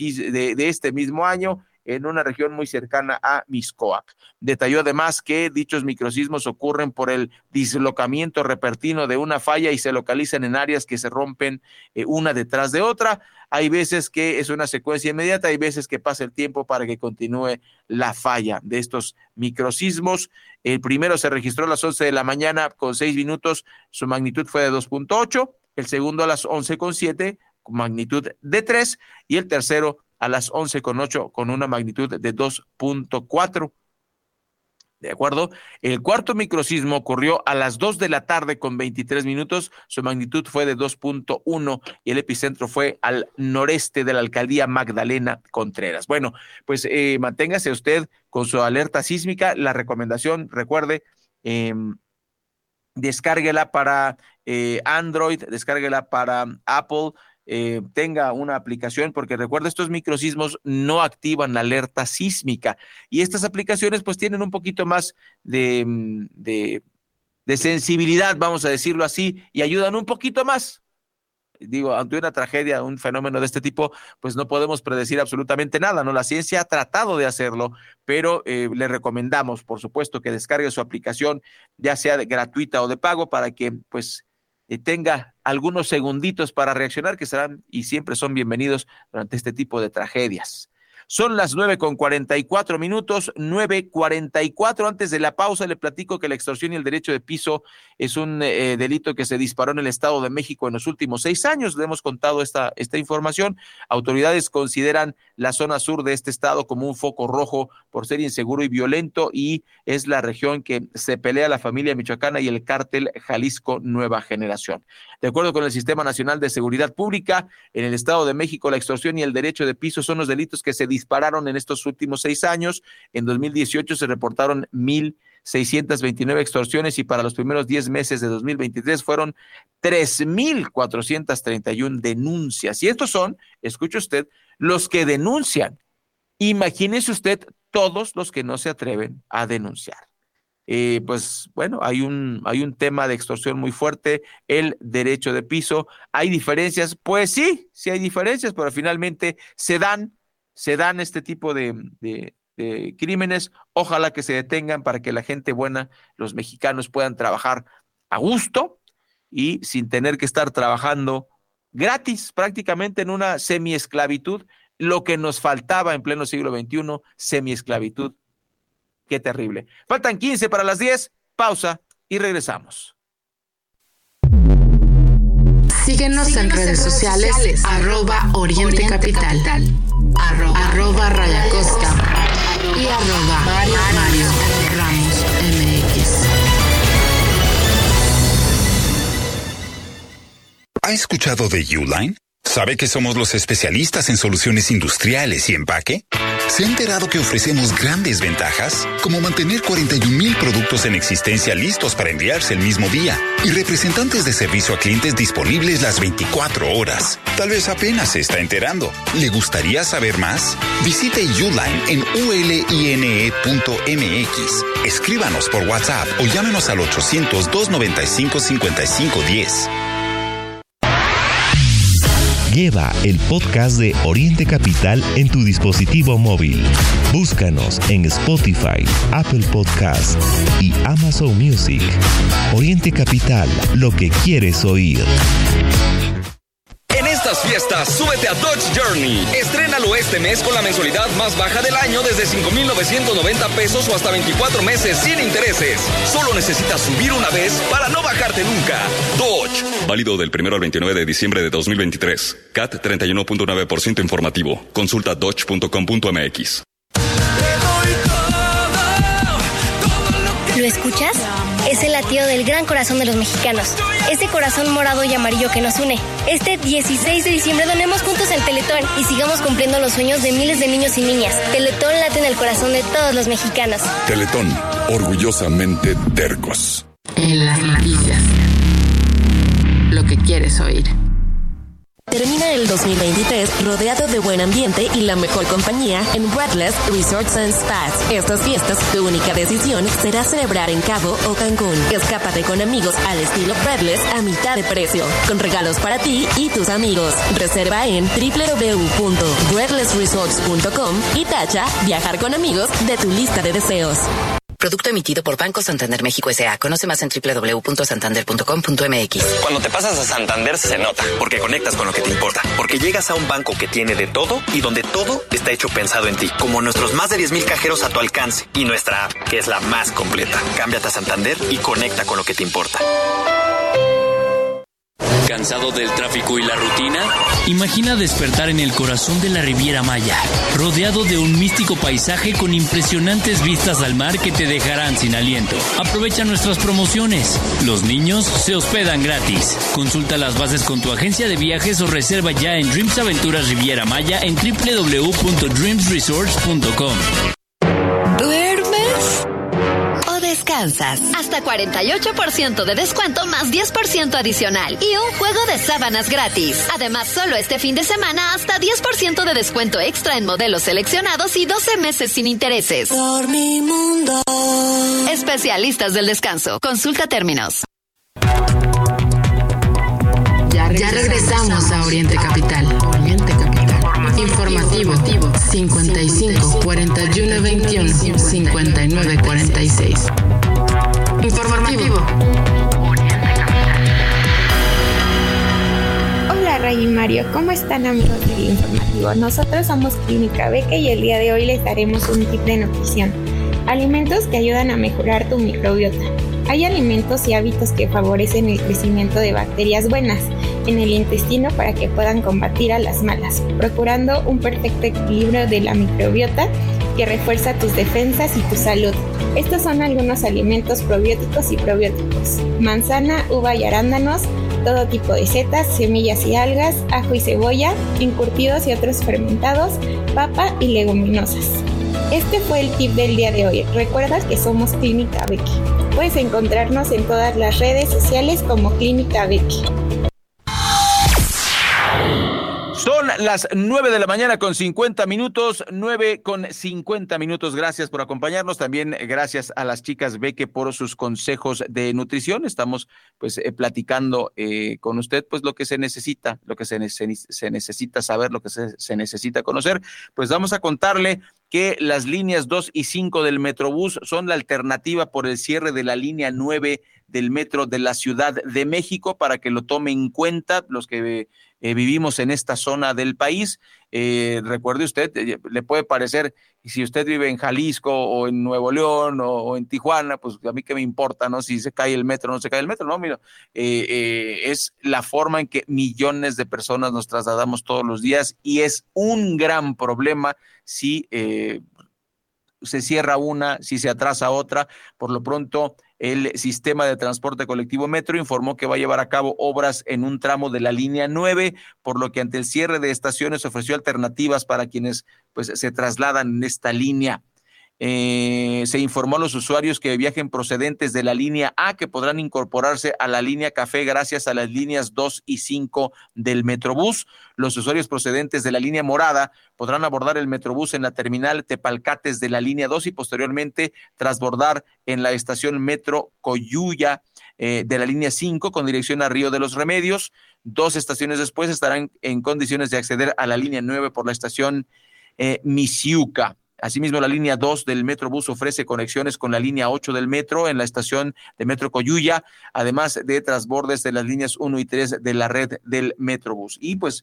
este mismo año, en una región muy cercana a Mixcoac. Detalló además que dichos microsismos ocurren por el dislocamiento repentino de una falla y se localizan en áreas que se rompen una detrás de otra. Hay veces que es una secuencia inmediata, hay veces que pasa el tiempo para que continúe la falla de estos microsismos. El primero se registró a las 11 de la mañana con 6 minutos, su magnitud fue de 2.8, el segundo a las 11.7, con magnitud de 3, y el tercero a las 11.8 con una magnitud de 2.4. ¿De acuerdo? El cuarto microsismo ocurrió a las 2 de la tarde con 23 minutos, su magnitud fue de 2.1 y el epicentro fue al noreste de la alcaldía Magdalena Contreras. Bueno, pues manténgase usted con su alerta sísmica. La recomendación, recuerde, descárguela para Android, descárguela para Apple, tenga una aplicación, porque recuerda, estos microsismos no activan la alerta sísmica y estas aplicaciones pues tienen un poquito más de sensibilidad, vamos a decirlo así, y ayudan un poquito más. Digo, ante una tragedia, un fenómeno de este tipo, pues no podemos predecir absolutamente nada, ¿no? La ciencia ha tratado de hacerlo, pero le recomendamos, por supuesto, que descargue su aplicación, ya sea gratuita o de pago, para que pues tenga algunos segunditos para reaccionar, que serán y siempre son bienvenidos durante este tipo de tragedias. Son las 9:44 minutos, 9:44. Antes de la pausa le platico que la extorsión y el derecho de piso es un delito que se disparó en el Estado de México en los últimos 6 años. Le hemos contado esta información. Autoridades consideran la zona sur de este estado como un foco rojo por ser inseguro y violento, y es la región que se pelea la familia michoacana y el cártel Jalisco Nueva Generación. De acuerdo con el Sistema Nacional de Seguridad Pública, en el Estado de México la extorsión y el derecho de piso son los delitos que se dispararon en estos últimos 6 años. En 2018 se reportaron 1,629 extorsiones y para los primeros 10 meses de 2023 fueron 3,431 denuncias. Y estos son, escuche usted, los que denuncian. Imagínese usted todos los que no se atreven a denunciar. Pues bueno, hay un tema de extorsión muy fuerte, el derecho de piso. ¿Hay diferencias? Pues sí hay diferencias, pero finalmente se dan este tipo de crímenes. Ojalá que se detengan para que la gente buena, los mexicanos, puedan trabajar a gusto y sin tener que estar trabajando gratis, prácticamente en una semiesclavitud, lo que nos faltaba en pleno siglo XXI, semiesclavitud. Qué terrible. Faltan 15 para las 10, pausa y regresamos. Síguenos en redes sociales, @Oriente Capital, @Rayacosta y @Mario Ramos MX. ¿Ha escuchado de Uline? ¿Sabe que somos los especialistas en soluciones industriales y empaque? ¿Se ha enterado que ofrecemos grandes ventajas? Como mantener 41,000 productos en existencia listos para enviarse el mismo día y representantes de servicio a clientes disponibles las 24 horas. Tal vez apenas se está enterando. ¿Le gustaría saber más? Visite Uline en uline.mx. Escríbanos por WhatsApp o llámenos al 800-295-5510. Lleva el podcast de Oriente Capital en tu dispositivo móvil. Búscanos en Spotify, Apple Podcasts y Amazon Music. Oriente Capital, lo que quieres oír. En estas fiestas, súbete a Dodge Journey. Estrénalo este mes con la mensualidad más baja del año desde 5,990 pesos o hasta 24 meses sin intereses. Solo necesitas subir una vez para no bajarte nunca. Dodge. Válido del 1 al 29 de diciembre de 2023. CAT 31.9% informativo. Consulta dodge.com.mx. ¿Lo escuchas? Es el latido del gran corazón de los mexicanos. Ese corazón morado y amarillo que nos une. Este 16 de diciembre donemos juntos el Teletón y sigamos cumpliendo los sueños de miles de niños y niñas. Teletón late en el corazón de todos los mexicanos. Teletón, orgullosamente tercos. En las noticias, lo que quieres oír. Termina el 2023 rodeado de buen ambiente y la mejor compañía en Breathless Resorts and Spas. Estas fiestas, tu única decisión será celebrar en Cabo o Cancún. Escápate con amigos al estilo Breathless a mitad de precio, con regalos para ti y tus amigos. Reserva en www.breathlessresorts.com y tacha viajar con amigos de tu lista de deseos. Producto emitido por Banco Santander México S.A. Conoce más en www.santander.com.mx. Cuando te pasas a Santander se nota, porque conectas con lo que te importa. Porque llegas a un banco que tiene de todo y donde todo está hecho pensado en ti. Como nuestros más de 10,000 cajeros a tu alcance. Y nuestra app, que es la más completa. Cámbiate a Santander y conecta con lo que te importa. ¿Cansado del tráfico y la rutina? Imagina despertar en el corazón de la Riviera Maya, rodeado de un místico paisaje con impresionantes vistas al mar que te dejarán sin aliento. Aprovecha nuestras promociones. Los niños se hospedan gratis. Consulta las bases con tu agencia de viajes o reserva ya en Dreams Aventuras Riviera Maya en www.dreamsresorts.com. ¿Duermes o descansas? Hasta 48% de descuento más 10% adicional y un juego de sábanas gratis. Además, solo este fin de semana hasta 10% de descuento extra en modelos seleccionados y 12 meses sin intereses. Por mi mundo. Especialistas del descanso. Consulta términos. Ya regresamos a Oriente Capital. Oriente Capital. Informativo 55 41 21 59 46. Informativo. Hola Ray y Mario, ¿cómo están, amigos del informativo? Nosotros somos Clínica Beque y el día de hoy les daremos un tip de nutrición. Alimentos que ayudan a mejorar tu microbiota. Hay alimentos y hábitos que favorecen el crecimiento de bacterias buenas en el intestino para que puedan combatir a las malas, procurando un perfecto equilibrio de la microbiota que refuerza tus defensas y tu salud. Estos son algunos alimentos probióticos y probióticos: manzana, uva y arándanos, todo tipo de setas, semillas y algas, ajo y cebolla, encurtidos y otros fermentados, papa y leguminosas. Este fue el tip del día de hoy. Recuerda que somos Clínica Becky. Puedes encontrarnos en todas las redes sociales como Clínica Becky. Son las 9 de la mañana con 50 minutos, 9 con 50 minutos. Gracias por acompañarnos. También gracias a las chicas Beque por sus consejos de nutrición. Estamos pues platicando con usted pues lo que se necesita, lo que se necesita saber, lo que se necesita conocer. Pues vamos a contarle que las líneas 2 y 5 del Metrobús son la alternativa por el cierre de la línea 9 del metro de la Ciudad de México, para que lo tome en cuenta los que vivimos en esta zona del país. Recuerde usted, le puede parecer, y si usted vive en Jalisco o en Nuevo León o en Tijuana, pues a mí qué me importa, ¿no? Si se cae el metro o no se cae el metro, no, mira, es la forma en que millones de personas nos trasladamos todos los días, y es un gran problema si se cierra una, si se atrasa otra. Por lo pronto, el sistema de transporte colectivo Metro informó que va a llevar a cabo obras en un tramo de la línea 9, por lo que ante el cierre de estaciones ofreció alternativas para quienes pues se trasladan en esta línea. Se informó a los usuarios que viajen procedentes de la línea A que podrán incorporarse a la línea Café gracias a las líneas 2 y 5 del Metrobús. Los usuarios procedentes de la línea Morada podrán abordar el Metrobús en la terminal Tepalcates de la línea 2 y posteriormente transbordar en la estación Metro Coyuya de la línea 5 con dirección a Río de los Remedios. 2 estaciones después estarán en condiciones de acceder a la línea 9 por la estación Misiuca. Asimismo, la línea 2 del Metrobús ofrece conexiones con la línea 8 del metro en la estación de Metro Coyuya, además de transbordes de las líneas 1 y 3 de la red del Metrobús. Y pues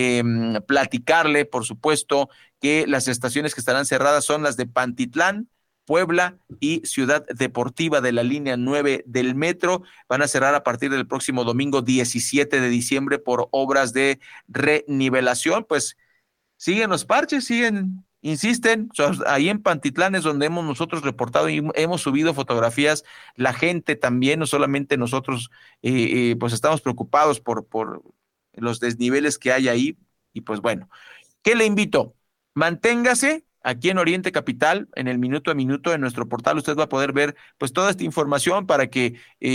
platicarle, por supuesto, que las estaciones que estarán cerradas son las de Pantitlán, Puebla y Ciudad Deportiva de la línea 9 del metro. Van a cerrar a partir del próximo domingo 17 de diciembre por obras de renivelación. Pues siguen los parches, insisten. Ahí en Pantitlán es donde hemos nosotros reportado y hemos subido fotografías. La gente también, no solamente nosotros, pues estamos preocupados por los desniveles que hay ahí. Y pues bueno, ¿qué le invito? Manténgase aquí en Oriente Capital, en el minuto a minuto, en nuestro portal. Usted va a poder ver pues toda esta información para que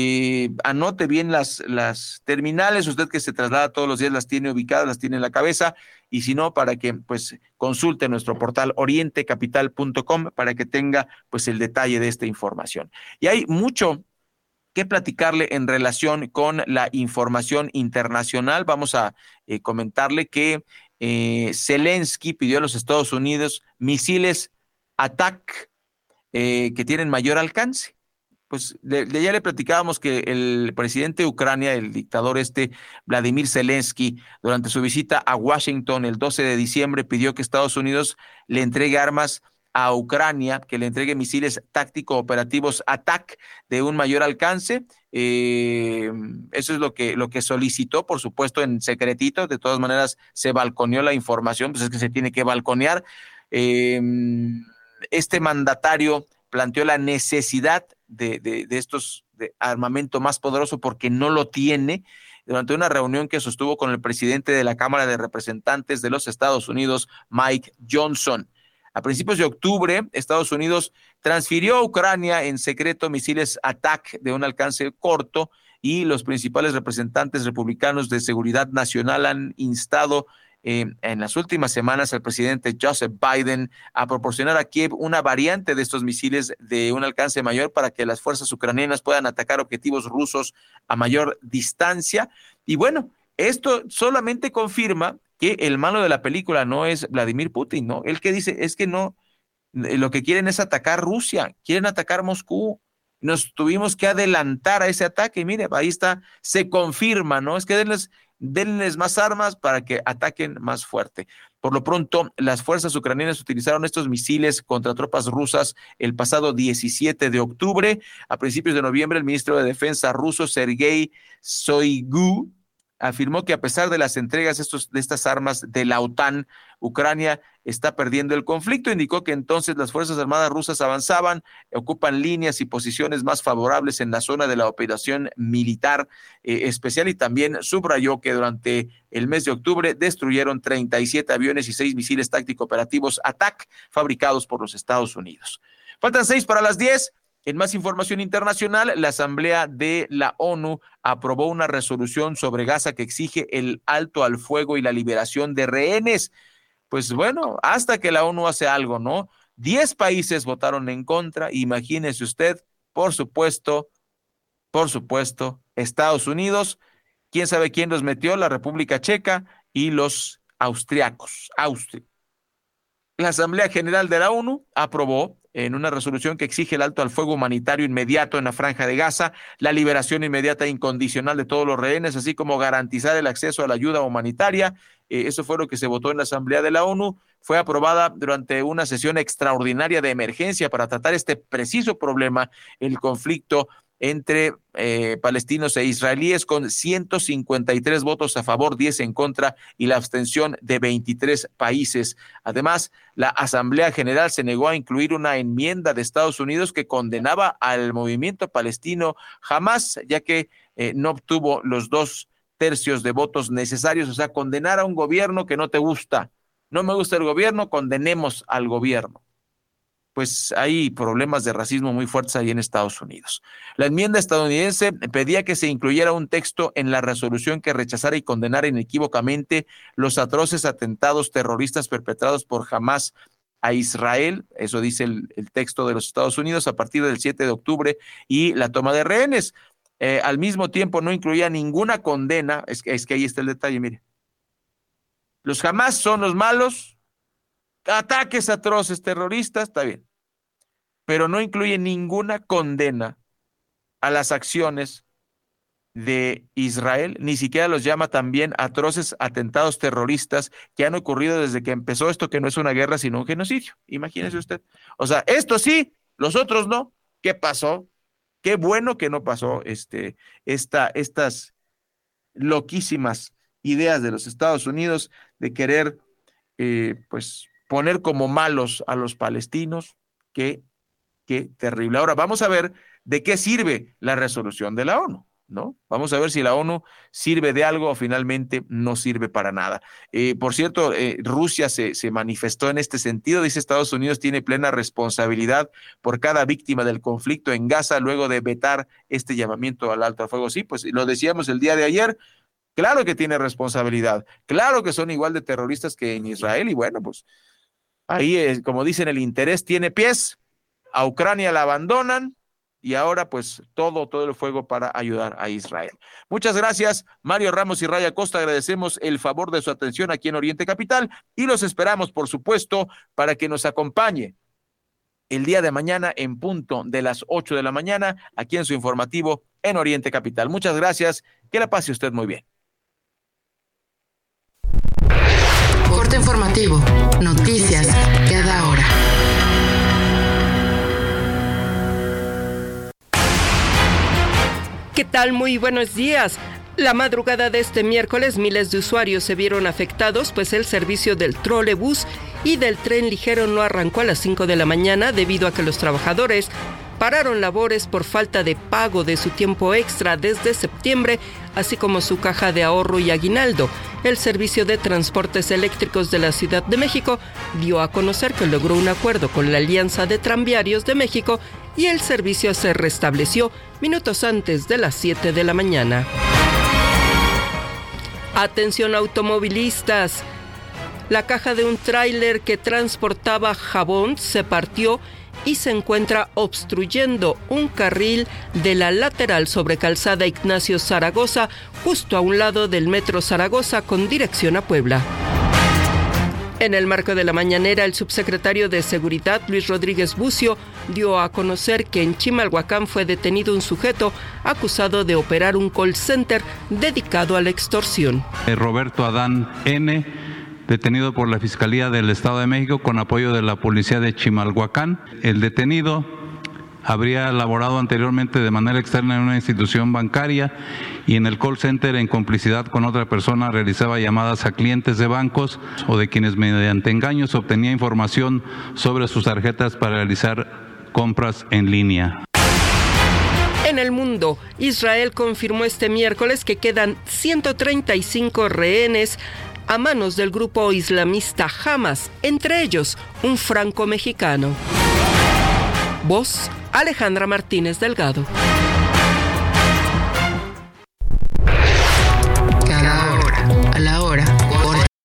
anote bien las terminales. Usted que se traslada todos los días las tiene ubicadas, las tiene en la cabeza, y si no, para que pues consulte nuestro portal orientecapital.com para que tenga pues el detalle de esta información. Y hay mucho que platicarle en relación con la información internacional. Vamos a comentarle que Zelensky pidió a los Estados Unidos misiles ATAK que tienen mayor alcance. Pues ya le platicábamos que el presidente de Ucrania, el dictador Vladimir Zelensky, durante su visita a Washington el 12 de diciembre, pidió que Estados Unidos le entregue armas a Ucrania, que le entregue misiles táctico operativos ATAK de un mayor alcance. Eso es lo que solicitó, por supuesto, en secretito. De todas maneras, se balconeó la información, pues es que se tiene que balconear. Este mandatario planteó la necesidad de estos de armamento más poderoso porque no lo tiene, durante una reunión que sostuvo con el presidente de la Cámara de Representantes de los Estados Unidos, Mike Johnson. A principios de octubre, Estados Unidos transfirió a Ucrania en secreto misiles ATAK de un alcance corto, y los principales representantes republicanos de seguridad nacional han instado en las últimas semanas al presidente Joseph Biden a proporcionar a Kiev una variante de estos misiles de un alcance mayor para que las fuerzas ucranianas puedan atacar objetivos rusos a mayor distancia. Y bueno, esto solamente confirma que el malo de la película no es Vladimir Putin, ¿no? El que dice es que no, lo que quieren es atacar Rusia, quieren atacar Moscú. Nos tuvimos que adelantar a ese ataque, y mire, ahí está, se confirma, ¿no? Es que denles denles más armas para que ataquen más fuerte. Por lo pronto, las fuerzas ucranianas utilizaron estos misiles contra tropas rusas el pasado 17 de octubre. A principios de noviembre, el ministro de Defensa ruso, Sergei Shoigu, afirmó que a pesar de las entregas de estas armas de la OTAN, Ucrania está perdiendo el conflicto. Indicó que entonces las Fuerzas Armadas rusas avanzaban, ocupan líneas y posiciones más favorables en la zona de la operación militar especial, y también subrayó que durante el mes de octubre destruyeron 37 aviones y 6 misiles táctico operativos ATAC fabricados por los Estados Unidos. Faltan 6 para las 10. En más información internacional, la Asamblea de la ONU aprobó una resolución sobre Gaza que exige el alto al fuego y la liberación de rehenes. Pues bueno, hasta que la ONU hace algo, ¿no? 10 países votaron en contra. Imagínese usted, por supuesto, Estados Unidos, quién sabe quién los metió, la República Checa y los austriacos. La Asamblea General de la ONU aprobó en una resolución que exige el alto al fuego humanitario inmediato en la Franja de Gaza, la liberación inmediata e incondicional de todos los rehenes, así como garantizar el acceso a la ayuda humanitaria. Eso fue lo que se votó en la Asamblea de la ONU. Fue aprobada durante una sesión extraordinaria de emergencia para tratar este preciso problema, el conflicto entre palestinos e israelíes, con 153 votos a favor, 10 en contra y la abstención de 23 países. Además, la Asamblea General se negó a incluir una enmienda de Estados Unidos que condenaba al movimiento palestino Hamás, ya que no obtuvo los 2/3 de votos necesarios. O sea, condenar a un gobierno que no te gusta. No me gusta el gobierno, condenemos al gobierno. Pues hay problemas de racismo muy fuertes ahí en Estados Unidos. La enmienda estadounidense pedía que se incluyera un texto en la resolución que rechazara y condenara inequívocamente los atroces atentados terroristas perpetrados por Hamás a Israel. Eso dice el texto de los Estados Unidos a partir del 7 de octubre y la toma de rehenes. Al mismo tiempo no incluía ninguna condena. Es que ahí está el detalle, mire. Los Hamás son los malos, ataques atroces terroristas, está bien, pero no incluye ninguna condena a las acciones de Israel, ni siquiera los llama también atroces atentados terroristas que han ocurrido desde que empezó esto, que no es una guerra sino un genocidio. Imagínese usted. O sea, esto sí, los otros no. ¿Qué pasó? Qué bueno que no pasó estas loquísimas ideas de los Estados Unidos de querer pues poner como malos a los palestinos. Qué terrible. Ahora vamos a ver de qué sirve la resolución de la ONU, ¿no? Vamos a ver si la ONU sirve de algo o finalmente no sirve para nada. Por cierto, Rusia se manifestó en este sentido. Dice: Estados Unidos tiene plena responsabilidad por cada víctima del conflicto en Gaza luego de vetar este llamamiento al alto al fuego. Sí, pues lo decíamos el día de ayer. Claro que tiene responsabilidad. Claro que son igual de terroristas que en Israel. Y bueno, pues ahí, como dicen, el interés tiene pies. A Ucrania la abandonan y ahora pues todo el fuego para ayudar a Israel. Muchas gracias, Mario Ramos y Raya Costa. Agradecemos el favor de su atención aquí en Oriente Capital y los esperamos, por supuesto, para que nos acompañe el día de mañana en punto de las 8 de la mañana aquí en su informativo en Oriente Capital. Muchas gracias. Que la pase usted muy bien. Corte informativo. Noticias cada hora. ¿Qué tal? Muy buenos días. La madrugada de este miércoles, miles de usuarios se vieron afectados, pues el servicio del trolebús y del tren ligero no arrancó a las 5 de la mañana debido a que los trabajadores pararon labores por falta de pago de su tiempo extra desde septiembre, así como su caja de ahorro y aguinaldo. El Servicio de Transportes Eléctricos de la Ciudad de México dio a conocer que logró un acuerdo con la Alianza de Tranviarios de México y el servicio se restableció minutos antes de las 7 de la mañana. Atención automovilistas. La caja de un tráiler que transportaba jabón se partió y se encuentra obstruyendo un carril de la lateral sobre Calzada Ignacio Zaragoza, justo a un lado del Metro Zaragoza con dirección a Puebla. En el marco de la mañanera, el subsecretario de Seguridad, Luis Rodríguez Bucio, dio a conocer que en Chimalhuacán fue detenido un sujeto acusado de operar un call center dedicado a la extorsión. Roberto Adán N., detenido por la Fiscalía del Estado de México con apoyo de la Policía de Chimalhuacán. El detenido habría laborado anteriormente de manera externa en una institución bancaria y en el call center, en complicidad con otra persona, realizaba llamadas a clientes de bancos o de quienes mediante engaños obtenía información sobre sus tarjetas para realizar compras en línea. En el mundo, Israel confirmó este miércoles que quedan 135 rehenes a manos del grupo islamista Hamas, entre ellos un franco-mexicano. Voz, Alejandra Martínez Delgado.